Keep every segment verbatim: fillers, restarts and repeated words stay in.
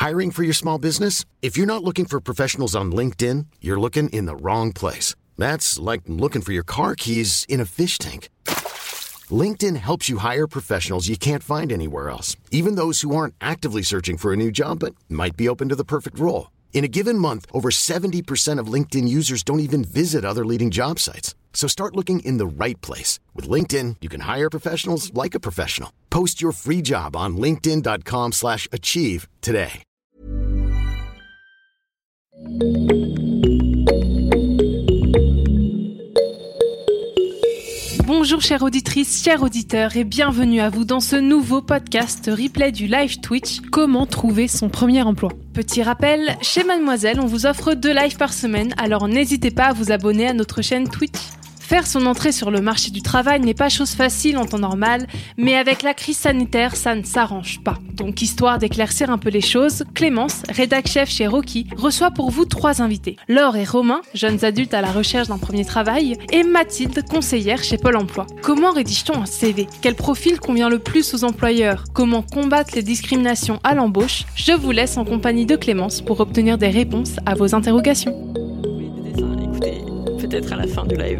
Hiring for your small business? If you're not looking for professionals on LinkedIn, you're looking in the wrong place. That's like looking for your car keys in a fish tank. LinkedIn helps you hire professionals you can't find anywhere else, even those who aren't actively searching for a new job but might be open to the perfect role. In a given month, over seventy percent of LinkedIn users don't even visit other leading job sites. So start looking in the right place. With LinkedIn, you can hire professionals like a professional. Post your free job on linkedin dot com slash achieve today. Bonjour chères auditrices, chers auditeurs et bienvenue à vous dans ce nouveau podcast replay du live Twitch « Comment trouver son premier emploi ». Petit rappel, chez Mademoiselle, on vous offre deux lives par semaine, alors n'hésitez pas à vous abonner à notre chaîne Twitch. Faire son entrée sur le marché du travail n'est pas chose facile en temps normal, mais avec la crise sanitaire, ça ne s'arrange pas. Donc, histoire d'éclaircir un peu les choses, Clémence, rédac chef chez Rocky, reçoit pour vous trois invités. Laure et Romain, jeunes adultes à la recherche d'un premier travail, et Mathilde, conseillère chez Pôle emploi. Comment rédige-t-on un C V ? Quel profil convient le plus aux employeurs ? Comment combattre les discriminations à l'embauche ? Je vous laisse en compagnie de Clémence pour obtenir des réponses à vos interrogations. Peut-être à la fin du live.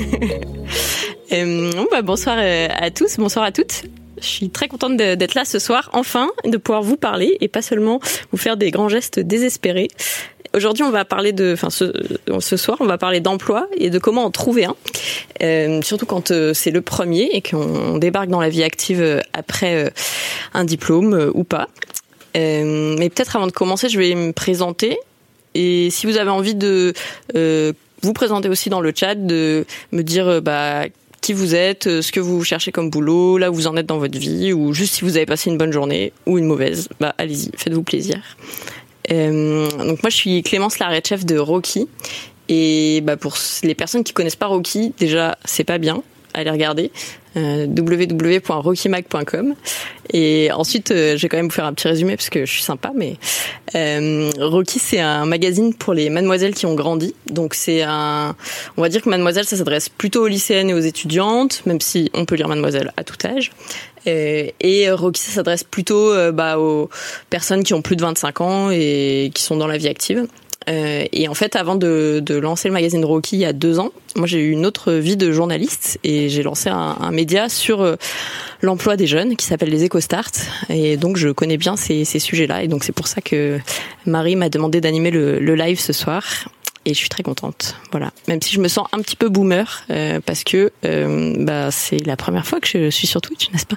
euh, bon, bah, bonsoir à tous, bonsoir à toutes. Je suis très contente de, d'être là ce soir, enfin, de pouvoir vous parler et pas seulement vous faire des grands gestes désespérés. Aujourd'hui, on va parler de, enfin, ce, ce soir, on va parler d'emploi et de comment en trouver un. Euh, surtout quand euh, c'est le premier et qu'on débarque dans la vie active après euh, un diplôme euh, ou pas. Euh, mais peut-être avant de commencer, je vais me présenter. Et si vous avez envie de euh, vous présenter aussi dans le chat, de me dire bah qui vous êtes, ce que vous cherchez comme boulot, là où vous en êtes dans votre vie, ou juste si vous avez passé une bonne journée ou une mauvaise, bah allez-y, faites-vous plaisir. Euh, donc moi je suis Clémence, la rédac chef de Rocky, et bah pour les personnes qui connaissent pas Rocky, déjà c'est pas bien, allez regarder. Euh, w w w point rocky mag point com et ensuite euh, je vais quand même vous faire un petit résumé parce que je suis sympa, mais euh, Rocky c'est un magazine pour les mademoiselles qui ont grandi, donc c'est un, on va dire que Mademoiselle ça s'adresse plutôt aux lycéennes et aux étudiantes, même si on peut lire Mademoiselle à tout âge, euh, et Rocky ça s'adresse plutôt euh, bah, aux personnes qui ont plus de vingt-cinq ans et qui sont dans la vie active. Euh, et en fait, avant de, de lancer le magazine Rocky il y a deux ans, moi j'ai eu une autre vie de journaliste et j'ai lancé un, un média sur euh, l'emploi des jeunes qui s'appelle les EcoStart. Et donc je connais bien ces, ces sujets-là. Et donc c'est pour ça que Marie m'a demandé d'animer le, le live ce soir. Et je suis très contente. Voilà. Même si je me sens un petit peu boomer euh, parce que euh, bah c'est la première fois que je suis sur Twitch, n'est-ce pas ?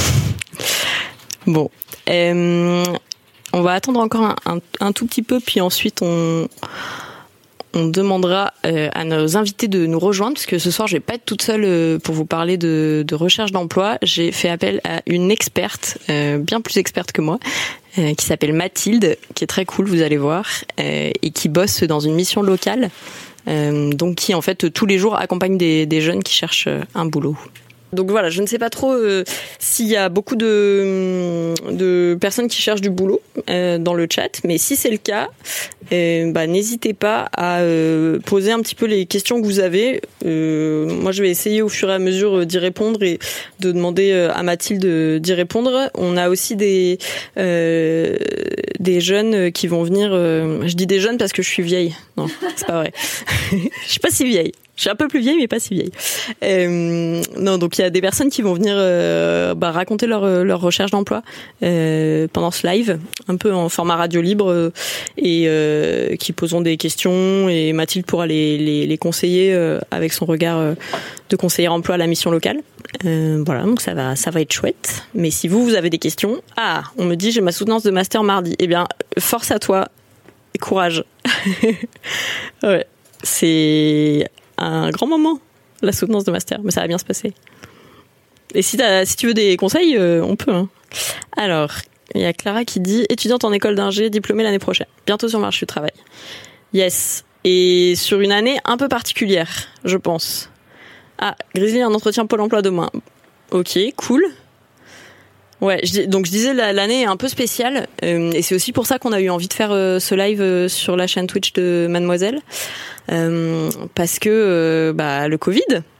Bon. Euh, On va attendre encore un, un, un tout petit peu, puis ensuite on, on demandera euh, à nos invités de nous rejoindre, parce que ce soir je vais pas être toute seule euh, pour vous parler de, de recherche d'emploi. J'ai fait appel à une experte, euh, bien plus experte que moi, euh, qui s'appelle Mathilde, qui est très cool, vous allez voir, euh, et qui bosse dans une mission locale, euh, donc qui en fait tous les jours accompagne des, des jeunes qui cherchent un boulot. Donc voilà, je ne sais pas trop euh, s'il y a beaucoup de, de personnes qui cherchent du boulot euh, dans le chat, mais si c'est le cas, euh, bah, n'hésitez pas à euh, poser un petit peu les questions que vous avez. Euh, moi, je vais essayer au fur et à mesure d'y répondre et de demander à Mathilde d'y répondre. On a aussi des, euh, des jeunes qui vont venir... Euh, je dis des jeunes parce que je suis vieille. Non, c'est pas vrai. Je suis pas si vieille. Je suis un peu plus vieille, mais pas si vieille. Euh, non, donc il y a des personnes qui vont venir euh, bah, raconter leur, leur recherche d'emploi euh, pendant ce live, un peu en format radio libre, euh, et euh, qui poseront des questions. Et Mathilde pourra les, les, les conseiller euh, avec son regard euh, de conseillère emploi à la mission locale. Euh, voilà, donc ça va, ça va être chouette. Mais si vous, vous avez des questions, ah, on me dit j'ai ma soutenance de master mardi. Eh bien, force à toi et courage. Ouais, c'est un grand moment, la soutenance de master, mais ça va bien se passer. Et si, si tu veux des conseils, euh, on peut. Hein. Alors, il y a Clara qui dit « Étudiante en école d'ingé, diplômée l'année prochaine. Bientôt sur le marché du travail. » Yes. Et sur une année un peu particulière, je pense. Ah, Grizzly, un entretien Pôle emploi demain. Ok, cool. Ouais, je, donc je disais l'année est un peu spéciale euh, et c'est aussi pour ça qu'on a eu envie de faire euh, ce live euh, sur la chaîne Twitch de Mademoiselle euh, parce que euh, bah le Covid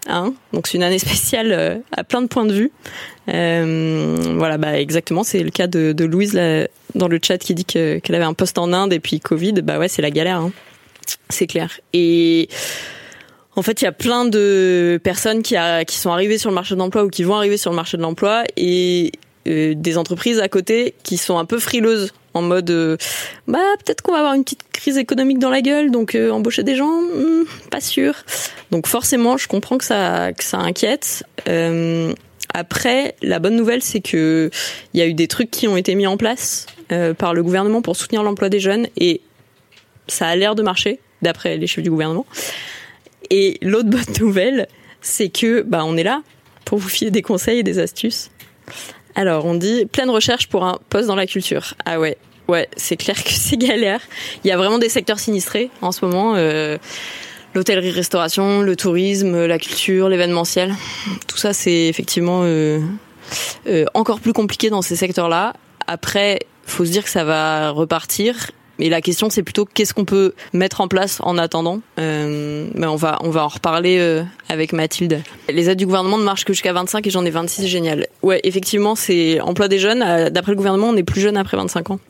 Hein, donc c'est une année spéciale euh, à plein de points de vue. Euh, voilà, bah exactement, c'est le cas de, de Louise là, dans le chat qui dit que, qu'elle avait un poste en Inde et puis Covid. Bah ouais, c'est la galère, hein. C'est clair. Et en fait, il y a plein de personnes qui, a, qui sont arrivées sur le marché de l'emploi ou qui vont arriver sur le marché de l'emploi et euh, des entreprises à côté qui sont un peu frileuses. En mode, euh, bah peut-être qu'on va avoir une petite crise économique dans la gueule, donc euh, embaucher des gens, hmm, pas sûr. Donc forcément, je comprends que ça, que ça inquiète. Euh, après, la bonne nouvelle, c'est que il y a eu des trucs qui ont été mis en place euh, par le gouvernement pour soutenir l'emploi des jeunes, et ça a l'air de marcher, d'après les chiffres du gouvernement. Et l'autre bonne nouvelle, c'est que bah on est là pour vous filer des conseils et des astuces. Alors, on dit pleine recherche pour un poste dans la culture. Ah ouais, ouais, c'est clair que c'est galère. Il y a vraiment des secteurs sinistrés en ce moment. Euh, l'hôtellerie-restauration, le tourisme, la culture, l'événementiel. Tout ça, c'est effectivement euh, euh, encore plus compliqué dans ces secteurs-là. Après, faut se dire que ça va repartir. Mais la question, c'est plutôt qu'est-ce qu'on peut mettre en place en attendant. Euh, mais on va on va en reparler euh, avec Mathilde. Les aides du gouvernement ne marchent que jusqu'à vingt-cinq et j'en ai vingt-six, génial. Ouais, effectivement, c'est emploi des jeunes. D'après le gouvernement, on est plus jeune après vingt-cinq ans.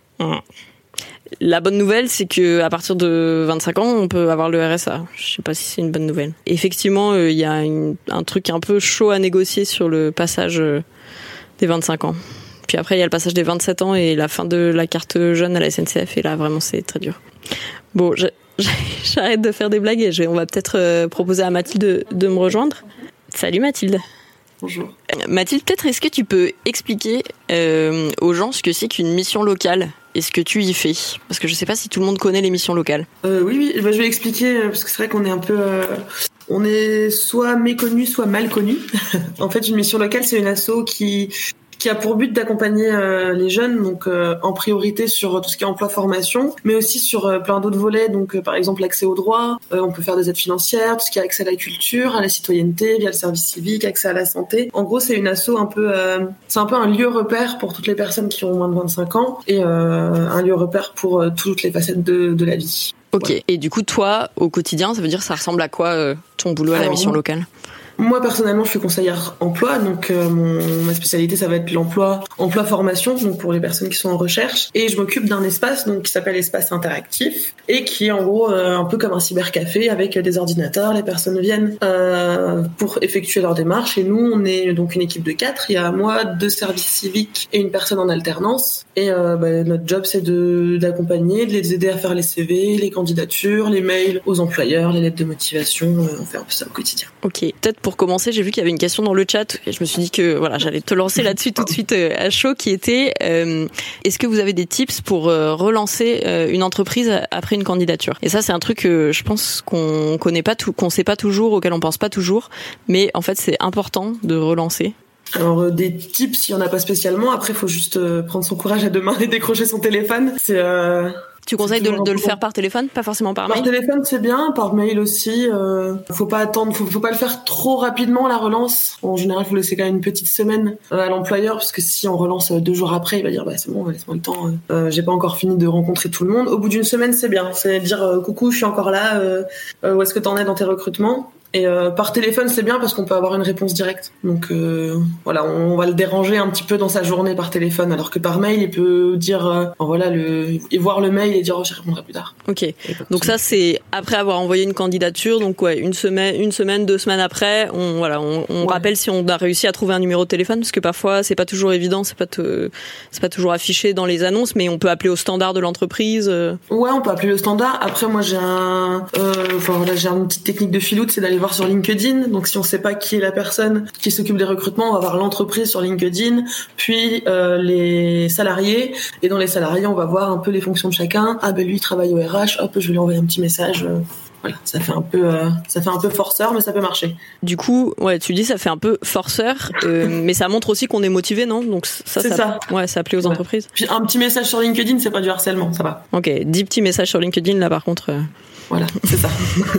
La bonne nouvelle, c'est que à partir de vingt-cinq ans, on peut avoir le R S A. Je sais pas si c'est une bonne nouvelle. Effectivement, il euh, y a une, un truc un peu chaud à négocier sur le passage euh, des vingt-cinq ans. Puis après, il y a le passage des vingt-sept ans et la fin de la carte jeune à la S N C F. Et là, vraiment, c'est très dur. Bon, je, je, j'arrête de faire des blagues et je, on va peut-être euh, proposer à Mathilde de, de me rejoindre. Salut Mathilde. Bonjour. Mathilde, peut-être est-ce que tu peux expliquer euh, aux gens ce que c'est qu'une mission locale et ce que tu y fais? Parce que je sais pas si tout le monde connaît les missions locales. Euh, oui, oui, bah, je vais expliquer parce que c'est vrai qu'on est un peu... Euh... On est soit méconnu, soit mal connu. En fait, une mission locale, c'est une asso qui... qui a pour but d'accompagner euh, les jeunes, donc euh, en priorité sur tout ce qui est emploi-formation, mais aussi sur euh, plein d'autres volets, donc euh, par exemple l'accès aux droits, euh, on peut faire des aides financières, tout ce qui est accès à la culture, à la citoyenneté, via le service civique, accès à la santé. En gros, c'est une asso un peu, euh, c'est un peu un lieu repère pour toutes les personnes qui ont moins de vingt-cinq ans et euh, un lieu repère pour euh, toutes les facettes de, de la vie. Ok, ouais. Et du coup, toi, au quotidien, ça veut dire ça ressemble à quoi euh, ton boulot à Alors, la mission locale ? Moi, personnellement, je suis conseillère emploi, donc euh, mon, ma spécialité, ça va être l'emploi, emploi-formation, donc pour les personnes qui sont en recherche. Et je m'occupe d'un espace donc qui s'appelle Espace Interactif et qui est en gros euh, un peu comme un cybercafé avec des ordinateurs. Les personnes viennent euh, pour effectuer leurs démarches et nous, on est donc une équipe de quatre. Il y a moi, deux services civiques et une personne en alternance. Et euh, bah, notre job, c'est de d'accompagner, de les aider à faire les C V, les candidatures, les mails aux employeurs, les lettres de motivation. Euh, on fait un peu ça au quotidien. Ok, peut-être pour commencer, j'ai vu qu'il y avait une question dans le chat et je me suis dit que voilà, j'allais te lancer là-dessus tout de suite euh, à chaud, qui était euh, est-ce que vous avez des tips pour euh, relancer euh, une entreprise après une candidature? Et ça, c'est un truc que je pense qu'on connaît pas tout, qu'on sait pas toujours, auquel on pense pas toujours, mais en fait, c'est important de relancer. Alors euh, des tips, il y en a pas spécialement. Après, il faut juste euh, prendre son courage à deux mains et décrocher son téléphone. C'est euh... Tu conseilles de, de le faire par téléphone, pas forcément par mail? Par téléphone, c'est bien, par mail aussi. Euh, faut pas attendre, faut, faut pas le faire trop rapidement, la relance. En général, faut laisser quand même une petite semaine à l'employeur, parce que si on relance deux jours après, il va dire bah c'est bon, laisse-moi le temps. Euh, j'ai pas encore fini de rencontrer tout le monde. Au bout d'une semaine, c'est bien. C'est dire euh, coucou, je suis encore là. Euh, euh, où est-ce que t'en es dans tes recrutements? Et euh, par téléphone, c'est bien parce qu'on peut avoir une réponse directe. Donc euh, voilà, on va le déranger un petit peu dans sa journée par téléphone, alors que par mail, il peut dire euh, voilà le et voir le mail et dire oh, j'y répondrai plus tard. Ok. Donc ça, c'est après avoir envoyé une candidature. Donc ouais, une semaine, une semaine, deux semaines après, on voilà, on, on ouais. rappelle si on a réussi à trouver un numéro de téléphone, parce que parfois c'est pas toujours évident, c'est pas te, c'est pas toujours affiché dans les annonces, mais on peut appeler au standard de l'entreprise. Ouais, on peut appeler le standard. Après, moi j'ai un, enfin euh, voilà, j'ai une petite technique de filoute, c'est d'aller voir sur LinkedIn. Donc si on sait pas qui est la personne qui s'occupe des recrutements, on va voir l'entreprise sur LinkedIn, puis euh, les salariés, et dans les salariés on va voir un peu les fonctions de chacun. Ah ben lui il travaille au R H, hop je vais lui envoyer un petit message. Voilà, ça fait un peu euh, ça fait un peu forceur, mais ça peut marcher. Du coup, ouais, tu dis ça fait un peu forceur, euh, mais ça montre aussi qu'on est motivé, non? Donc ça, c'est ça, ça. Ouais, ça plaît aux ouais. entreprises. Puis un petit message sur LinkedIn, c'est pas du harcèlement, ça va. Ok, dix petits messages sur LinkedIn là par contre. Euh... Voilà, c'est ça.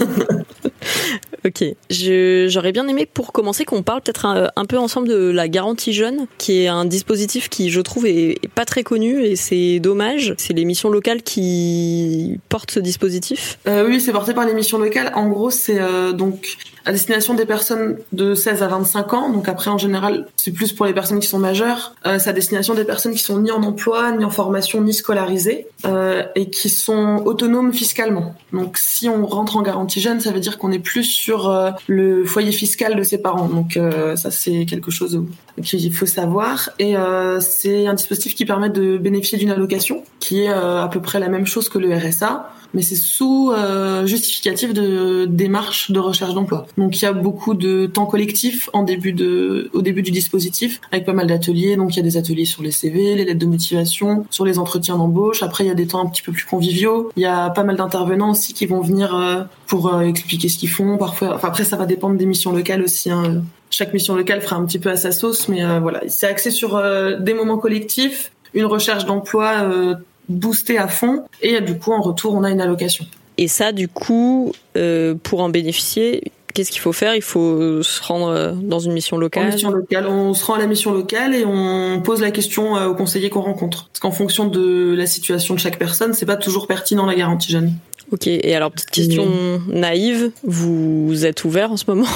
Ok, je, j'aurais bien aimé pour commencer qu'on parle peut-être un, un peu ensemble de la garantie jeune, qui est un dispositif qui je trouve est, est pas très connu et c'est dommage. C'est les missions locales qui portent ce dispositif. Euh, oui, c'est porté par les missions locales. En gros, c'est euh, donc à destination des personnes de seize à vingt-cinq ans. Donc après, en général, c'est plus pour les personnes qui sont majeures. Euh, c'est à destination des personnes qui sont ni en emploi, ni en formation, ni scolarisées, euh, et qui sont autonomes fiscalement. Donc si on rentre en garantie jeune, ça veut dire qu'on est plus sur euh, le foyer fiscal de ses parents. Donc euh, ça, c'est quelque chose qu'il faut savoir. Et euh, c'est un dispositif qui permet de bénéficier d'une allocation, qui est euh, à peu près la même chose que le R S A, mais c'est sous euh, justificatif de démarche de recherche d'emploi. Donc il y a beaucoup de temps collectif en début de, au début du dispositif, avec pas mal d'ateliers. Donc il y a des ateliers sur les C V, les lettres de motivation, sur les entretiens d'embauche. Après il y a des temps un petit peu plus conviviaux. Il y a pas mal d'intervenants aussi qui vont venir euh, pour euh, expliquer ce qu'ils font. Parfois, enfin après ça va dépendre des missions locales aussi. Hein. Chaque mission locale fera un petit peu à sa sauce, mais euh, voilà, c'est axé sur euh, des moments collectifs, une recherche d'emploi euh, boostée à fond, et du coup en retour on a une allocation. Et ça du coup euh, pour en bénéficier, qu'est-ce qu'il faut faire? Il faut se rendre dans une mission locale. En mission locale, on se rend à la mission locale et on pose la question au conseiller qu'on rencontre. Parce qu'en fonction de la situation de chaque personne, c'est pas toujours pertinent la garantie jeune. Ok, et alors petite question mmh. naïve, vous êtes ouvert en ce moment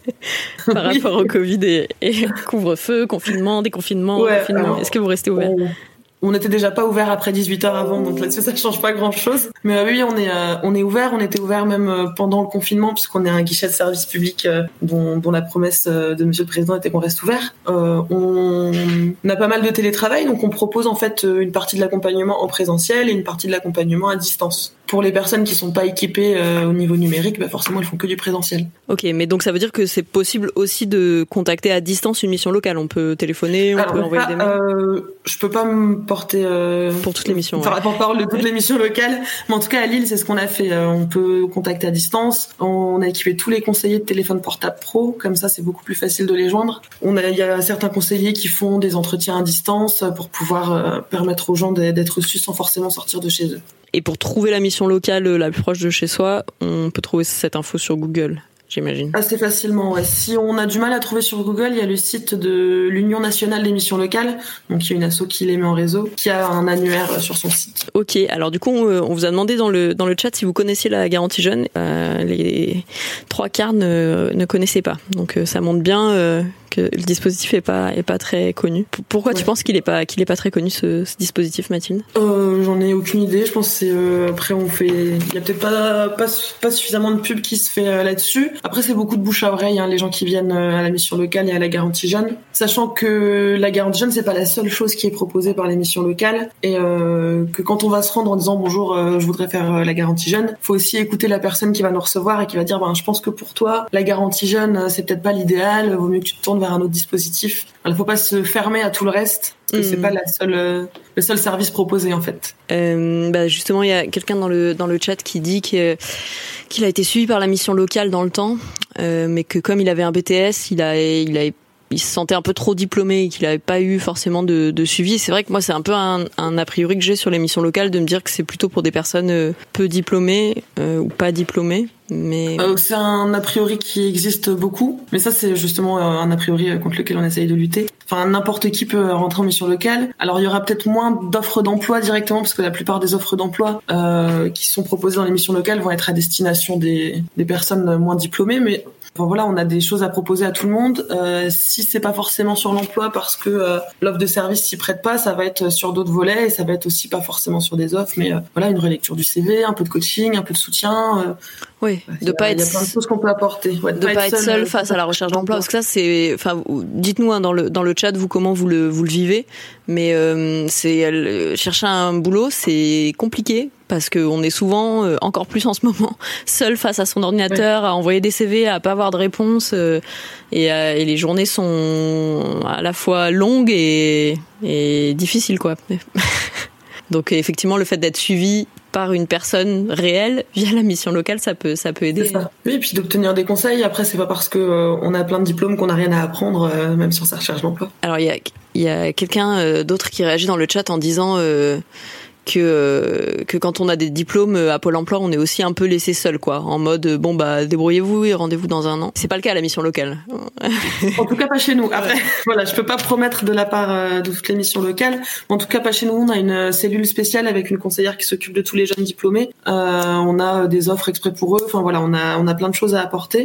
par oui. rapport au Covid et, et couvre-feu, confinement, déconfinement, ouais, confinement. Alors, est-ce que vous restez ouvert? on... On n'était déjà pas ouvert après dix-huit heures avant, donc là-dessus ça change pas grand-chose. Mais euh, oui, on est euh, on est ouvert. On était ouvert même euh, pendant le confinement, puisqu'on est un guichet de service public euh, dont, dont la promesse euh, de Monsieur le Président était qu'on reste ouvert. Euh, on, on a pas mal de télétravail, donc on propose en fait une partie de l'accompagnement en présentiel et une partie de l'accompagnement à distance. Pour les personnes qui sont pas équipées euh, au niveau numérique, bah forcément elles font que du présentiel. Ok, mais donc ça veut dire que c'est possible aussi de contacter à distance une mission locale. On peut téléphoner, on Alors, peut envoyer pas, des mails. Euh, je peux pas me porter euh, pour toutes les missions. Enfin, ouais. pour parole de toutes les missions locales, mais en tout cas à Lille, c'est ce qu'on a fait. Euh, on peut contacter à distance. On a équipé tous les conseillers de téléphone portable pro, comme ça c'est beaucoup plus facile de les joindre. On a, il y a certains conseillers qui font des entretiens à distance pour pouvoir euh, permettre aux gens d'être reçus sans forcément sortir de chez eux. Et pour trouver la mission locale la plus proche de chez soi, on peut trouver cette info sur Google, j'imagine. Assez facilement, ouais. Si on a du mal à trouver sur Google, il y a le site de l'Union nationale des missions locales, donc il y a une asso qui les met en réseau, qui a un annuaire sur son site. Ok, alors du coup, on vous a demandé dans le dans le chat si vous connaissiez la garantie jeune. Euh, les trois quarts ne, ne connaissaient pas, donc ça montre bien euh, que le dispositif est pas est pas très connu. Pourquoi ouais. tu penses qu'il est pas qu'il est pas très connu ce, ce dispositif, Mathilde? euh, J'en ai aucune idée. Je pense que c'est euh, après on fait, il y a peut-être pas, pas pas suffisamment de pub qui se fait euh, là-dessus. Après c'est beaucoup de bouche à oreille, hein, les gens qui viennent euh, à la mission locale et à la garantie jeune, sachant que la garantie jeune c'est pas la seule chose qui est proposée par les missions locales et euh, que quand on va se rendre en disant bonjour, euh, je voudrais faire euh, la garantie jeune, faut aussi écouter la personne qui va nous recevoir et qui va dire ben je pense que pour toi la garantie jeune c'est peut-être pas l'idéal, vaut mieux que tu te tournes vers un autre dispositif. Il faut pas se fermer à tout le reste parce que mmh. c'est pas la seule, euh, le seul service proposé en fait. Euh, bah justement, il y a quelqu'un dans le dans le chat qui dit que qu'il a été suivi par la mission locale dans le temps, euh, mais que comme il avait un B T S, il a il a il se sentait un peu trop diplômé et qu'il n'avait pas eu forcément de, de suivi. C'est vrai que moi, c'est un peu un, un a priori que j'ai sur les missions locales de me dire que c'est plutôt pour des personnes peu diplômées euh, ou pas diplômées. Mais euh, c'est un a priori qui existe beaucoup, mais ça c'est justement un a priori contre lequel on essaye de lutter. Enfin, n'importe qui peut rentrer en mission locale. Alors il y aura peut-être moins d'offres d'emploi directement parce que la plupart des offres d'emploi euh, qui sont proposées dans les missions locales vont être à destination des, des personnes moins diplômées, mais enfin, voilà, on a des choses à proposer à tout le monde. Euh, si c'est pas forcément sur l'emploi parce que euh, l'offre de service s'y prête pas, ça va être sur d'autres volets et ça va être aussi pas forcément sur des offres, mais euh, voilà, une relecture du C V, un peu de coaching, un peu de soutien. Euh, oui, ouais, de a, pas être. Il y a plein de choses qu'on peut apporter. Ouais, de, de pas, pas être être seul, seul face à la recherche d'emploi, parce que ça c'est. Enfin, dites-nous hein, dans le dans le chat vous comment vous le vous le vivez, mais euh, c'est euh, chercher un boulot c'est compliqué. Parce qu'on est souvent, euh, encore plus en ce moment, seul face à son ordinateur, ouais. à envoyer des C V, à pas avoir de réponse. Euh, et, euh, et les journées sont à la fois longues et, et difficiles, quoi. Donc effectivement, le fait d'être suivi par une personne réelle via la mission locale, ça peut, ça peut aider. C'est ça. Oui, et puis d'obtenir des conseils. Après, c'est pas parce que euh, on a plein de diplômes qu'on n'a rien à apprendre, euh, même sur sa recherche d'emploi. Alors il y a, il y a quelqu'un euh, d'autre qui réagit dans le chat en disant. Euh, que que quand on a des diplômes à Pôle emploi, on est aussi un peu laissé seul, quoi, en mode bon bah débrouillez-vous et rendez-vous dans un an. C'est pas le cas à la mission locale. En tout cas pas chez nous. Après voilà, je peux pas promettre de la part de toutes les missions locales. En tout cas pas chez nous. On a une cellule spéciale avec une conseillère qui s'occupe de tous les jeunes diplômés. Euh, on a des offres exprès pour eux. Enfin voilà, on a on a plein de choses à apporter.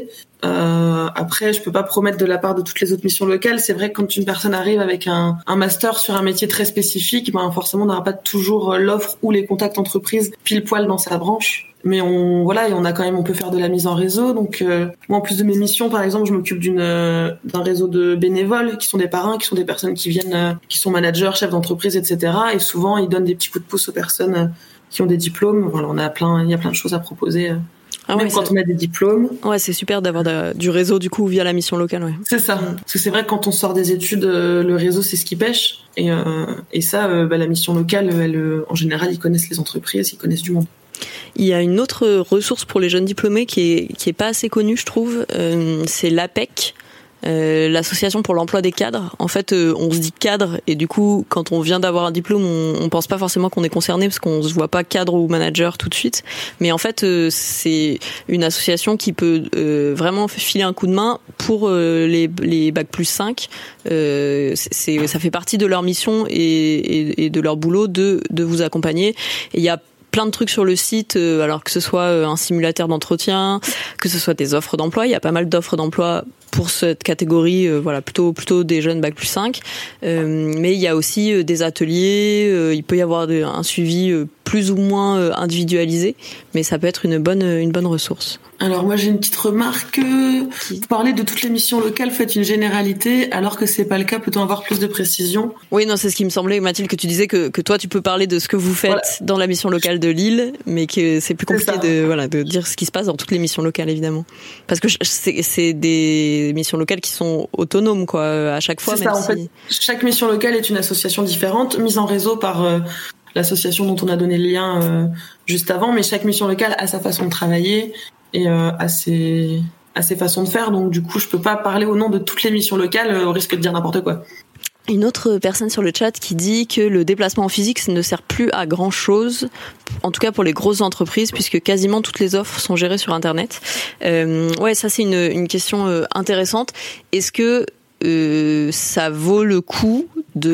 Euh, après, je peux pas promettre de la part de toutes les autres missions locales. C'est vrai que quand une personne arrive avec un, un master sur un métier très spécifique, ben forcément, on n'aura pas toujours l'offre ou les contacts entreprises pile poil dans sa branche. Mais on, voilà, et on a quand même, on peut faire de la mise en réseau. Donc, euh, moi, en plus de mes missions, par exemple, je m'occupe d'une, euh, d'un réseau de bénévoles qui sont des parrains, qui sont des personnes qui viennent, euh, qui sont managers, chefs d'entreprise, et cetera. Et souvent, ils donnent des petits coups de pouce aux personnes euh, qui ont des diplômes. Voilà, on a plein, il y a plein de choses à proposer. Euh. Ah Même ouais, quand ça... on a des diplômes. Ouais, c'est super d'avoir de, du réseau du coup via la mission locale. Ouais. C'est ça. Mmh. Parce que c'est vrai que quand on sort des études, euh, le réseau c'est ce qui pêche. Et, euh, et ça, euh, bah, la mission locale, elle, euh, en général, ils connaissent les entreprises, ils connaissent du monde. Il y a une autre ressource pour les jeunes diplômés qui est qui est pas assez connue, je trouve. Euh, c'est l'A P E C. Euh, l'association pour l'emploi des cadres. En fait, euh, on se dit cadre et du coup, quand on vient d'avoir un diplôme, on, on pense pas forcément qu'on est concerné parce qu'on se voit pas cadre ou manager tout de suite. Mais en fait, euh, c'est une association qui peut euh, vraiment filer un coup de main pour euh, les, les bac plus cinq. Euh, c'est, ça fait partie de leur mission et, et, et de leur boulot de, de vous accompagner. Et il y a plein de trucs sur le site, euh, alors que ce soit un simulateur d'entretien, que ce soit des offres d'emploi. Il y a pas mal d'offres d'emploi pour cette catégorie, euh, voilà, plutôt plutôt des jeunes bac plus cinq. Euh, mais il y a aussi euh, des ateliers. Euh, il peut y avoir de, un suivi euh, plus ou moins euh, individualisé, mais ça peut être une bonne une bonne ressource. Alors moi j'ai une petite remarque. Vous parlez de toutes les missions locales, faites une généralité, alors que c'est pas le cas. Peut-on avoir plus de précision? Oui, non, c'est ce qui me semblait, Mathilde, que tu disais que que toi tu peux parler de ce que vous faites voilà. dans la mission locale de Lille, mais que c'est plus compliqué c'est de voilà de dire ce qui se passe dans toutes les missions locales évidemment, parce que c'est c'est des missions locales qui sont autonomes quoi à chaque fois. C'est même ça. si... En fait, chaque mission locale est une association différente, mise en réseau par euh, l'association dont on a donné le lien euh, juste avant, mais chaque mission locale a sa façon de travailler et euh, à ses à ses façons de faire. Donc du coup, je peux pas parler au nom de toutes les missions locales euh, au risque de dire n'importe quoi. Une autre personne sur le chat qui dit que le déplacement en physique ne sert plus à grand chose, en tout cas pour les grosses entreprises, puisque quasiment toutes les offres sont gérées sur Internet. Euh, ouais, ça c'est une, une question euh, intéressante. Est-ce que euh, ça vaut le coup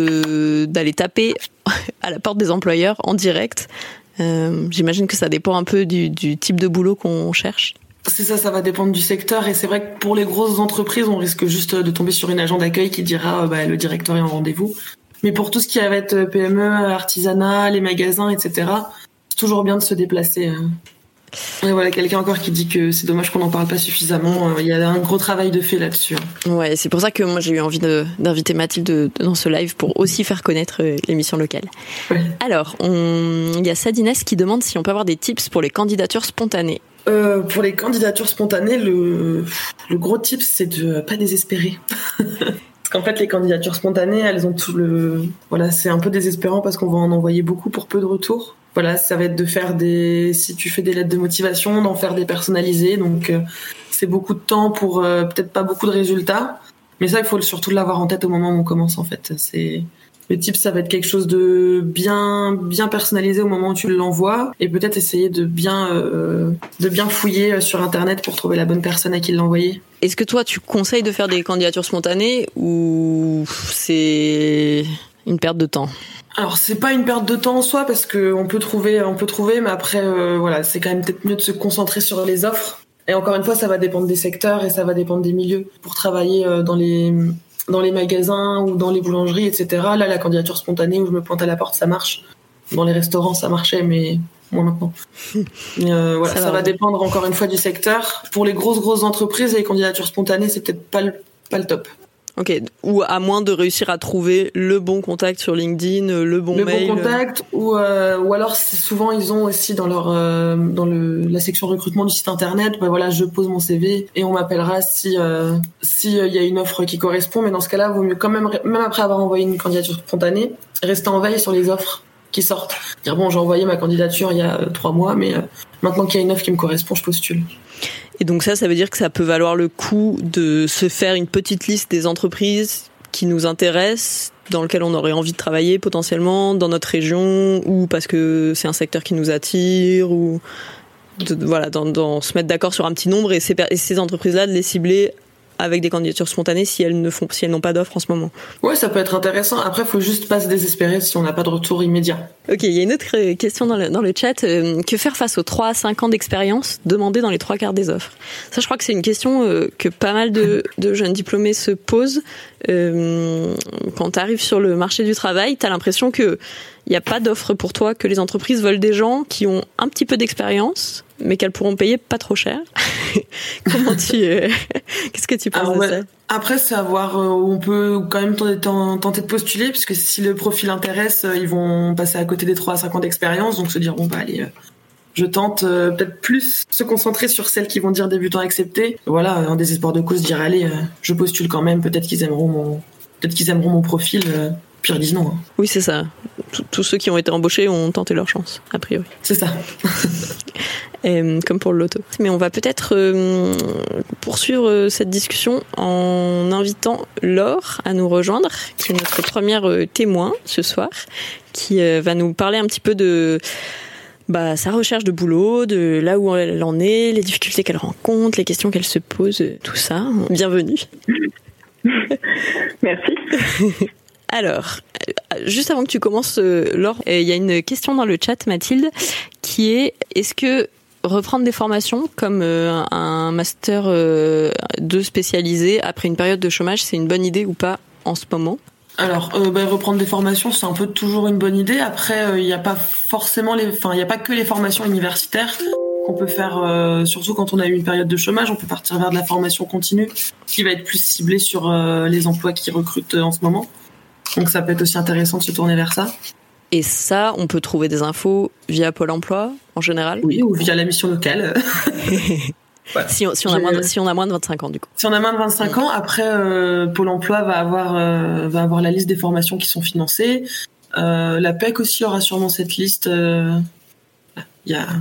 de d'aller taper à la porte des employeurs en direct? euh, J'imagine que ça dépend un peu du, du type de boulot qu'on cherche. C'est ça, ça va dépendre du secteur et c'est vrai que pour les grosses entreprises, on risque juste de tomber sur une agent d'accueil qui dira bah, le directeur est en rendez-vous. Mais pour tout ce qui va être P M E, artisanat, les magasins, et cetera, c'est toujours bien de se déplacer. Et voilà, quelqu'un encore qui dit que c'est dommage qu'on n'en parle pas suffisamment. Il y a un gros travail de fait là-dessus. Ouais, c'est pour ça que moi j'ai eu envie de, d'inviter Mathilde dans ce live pour aussi faire connaître les missions locales. Ouais. Alors, on... il y a Sadines qui demande si on peut avoir des tips pour les candidatures spontanées. Euh, pour les candidatures spontanées, le, le gros tip, c'est de pas désespérer. Parce qu'en fait, les candidatures spontanées, elles ont tout le... Voilà, c'est un peu désespérant parce qu'on va en envoyer beaucoup pour peu de retours. Voilà, ça va être de faire des... Si tu fais des lettres de motivation, d'en faire des personnalisées. Donc, euh, c'est beaucoup de temps pour euh, peut-être pas beaucoup de résultats. Mais ça, il faut surtout l'avoir en tête au moment où on commence, en fait. C'est... Le type, ça va être quelque chose de bien, bien personnalisé au moment où tu l'envoies, et peut-être essayer de bien, euh, de bien fouiller sur Internet pour trouver la bonne personne à qui l'envoyer. Est-ce que toi, tu conseilles de faire des candidatures spontanées ou c'est une perte de temps? Alors c'est pas une perte de temps en soi parce que on peut trouver, on peut trouver, mais après euh, voilà, c'est quand même peut-être mieux de se concentrer sur les offres. Et encore une fois, ça va dépendre des secteurs et ça va dépendre des milieux. Pour travailler euh, dans les dans les magasins ou dans les boulangeries, et cetera. Là, la candidature spontanée où je me pointe à la porte, ça marche. Dans les restaurants, ça marchait, mais moins maintenant. Mais euh, voilà, ça, ça va, va dépendre encore une fois du secteur. Pour les grosses grosses entreprises, les candidatures spontanées, c'est peut-être pas le pas le top. Ok, ou à moins de réussir à trouver le bon contact sur LinkedIn, le bon le mail. Le bon contact, ou euh, ou alors souvent ils ont aussi dans leur euh, dans le la section recrutement du site internet, bah voilà, je pose mon C V et on m'appellera si euh, si il euh, y a une offre qui correspond. Mais dans ce cas-là, vaut mieux quand même même après avoir envoyé une candidature spontanée, rester en veille sur les offres qui sortent. Dire bon, j'ai envoyé ma candidature il y a euh, trois mois, mais euh, maintenant qu'il y a une offre qui me correspond, je postule. Et donc ça, ça veut dire que ça peut valoir le coup de se faire une petite liste des entreprises qui nous intéressent, dans lesquelles on aurait envie de travailler potentiellement dans notre région, ou parce que c'est un secteur qui nous attire, ou de, voilà, dans, dans se mettre d'accord sur un petit nombre et ces, et ces entreprises-là de les cibler avec des candidatures spontanées si elles ne font, si elles n'ont pas d'offre en ce moment. Ouais, ça peut être intéressant. Après, faut juste pas se désespérer si on n'a pas de retour immédiat. Ok, il y a une autre question dans le, dans le chat. Euh, que faire face aux trois à cinq ans d'expérience demandés dans les trois quarts des offres? Ça, je crois que c'est une question euh, que pas mal de, de jeunes diplômés se posent. Euh, quand tu arrives sur le marché du travail, tu as l'impression que il n'y a pas d'offre pour toi, que les entreprises veulent des gens qui ont un petit peu d'expérience, mais qu'elles pourront payer pas trop cher. Comment tu... Euh... Qu'est-ce que tu penses Alors, de ouais. ça? Après, c'est à voir où on peut quand même tenter de postuler, parce que si le profil intéresse, ils vont passer à côté des trois à cinq ans d'expérience, donc se dire, bon, bah allez, je tente euh, peut-être plus se concentrer sur celles qui vont dire débutant accepté. Voilà, en désespoir de cause, dire, allez, euh, je postule quand même, peut-être qu'ils aimeront mon, peut-être qu'ils aimeront mon profil. Euh... Puis ils disent non. Hein. Oui, c'est ça. Tous ceux qui ont été embauchés ont tenté leur chance, a priori. C'est ça. Et, comme pour le loto. Mais on va peut-être euh, poursuivre cette discussion en invitant Laure à nous rejoindre, qui est notre première euh, témoin ce soir, qui euh, va nous parler un petit peu de bah, sa recherche de boulot, de là où elle en est, les difficultés qu'elle rencontre, les questions qu'elle se pose, tout ça. Bienvenue. Merci. Alors, juste avant que tu commences, Laure, il y a une question dans le chat, Mathilde, qui est, est-ce que reprendre des formations comme un master deux spécialisé après une période de chômage, c'est une bonne idée ou pas en ce moment ? Alors, euh, bah, reprendre des formations, c'est un peu toujours une bonne idée. Après, il euh, n'y a pas forcément les, enfin, il n'y a pas que les formations universitaires qu'on peut faire, euh, surtout quand on a eu une période de chômage. On peut partir vers de la formation continue, qui va être plus ciblée sur euh, les emplois qui recrutent en ce moment. Donc ça peut être aussi intéressant de se tourner vers ça. Et ça, on peut trouver des infos via Pôle emploi, en général ? Oui, ou via la mission locale. Ouais. Si, on, si, on a moins de, si on a moins de vingt-cinq ans, du coup. Si on a moins de vingt-cinq ans, après, euh, Pôle emploi va avoir, euh, va avoir la liste des formations qui sont financées. Euh, la P E C aussi aura sûrement cette liste. Euh, y a,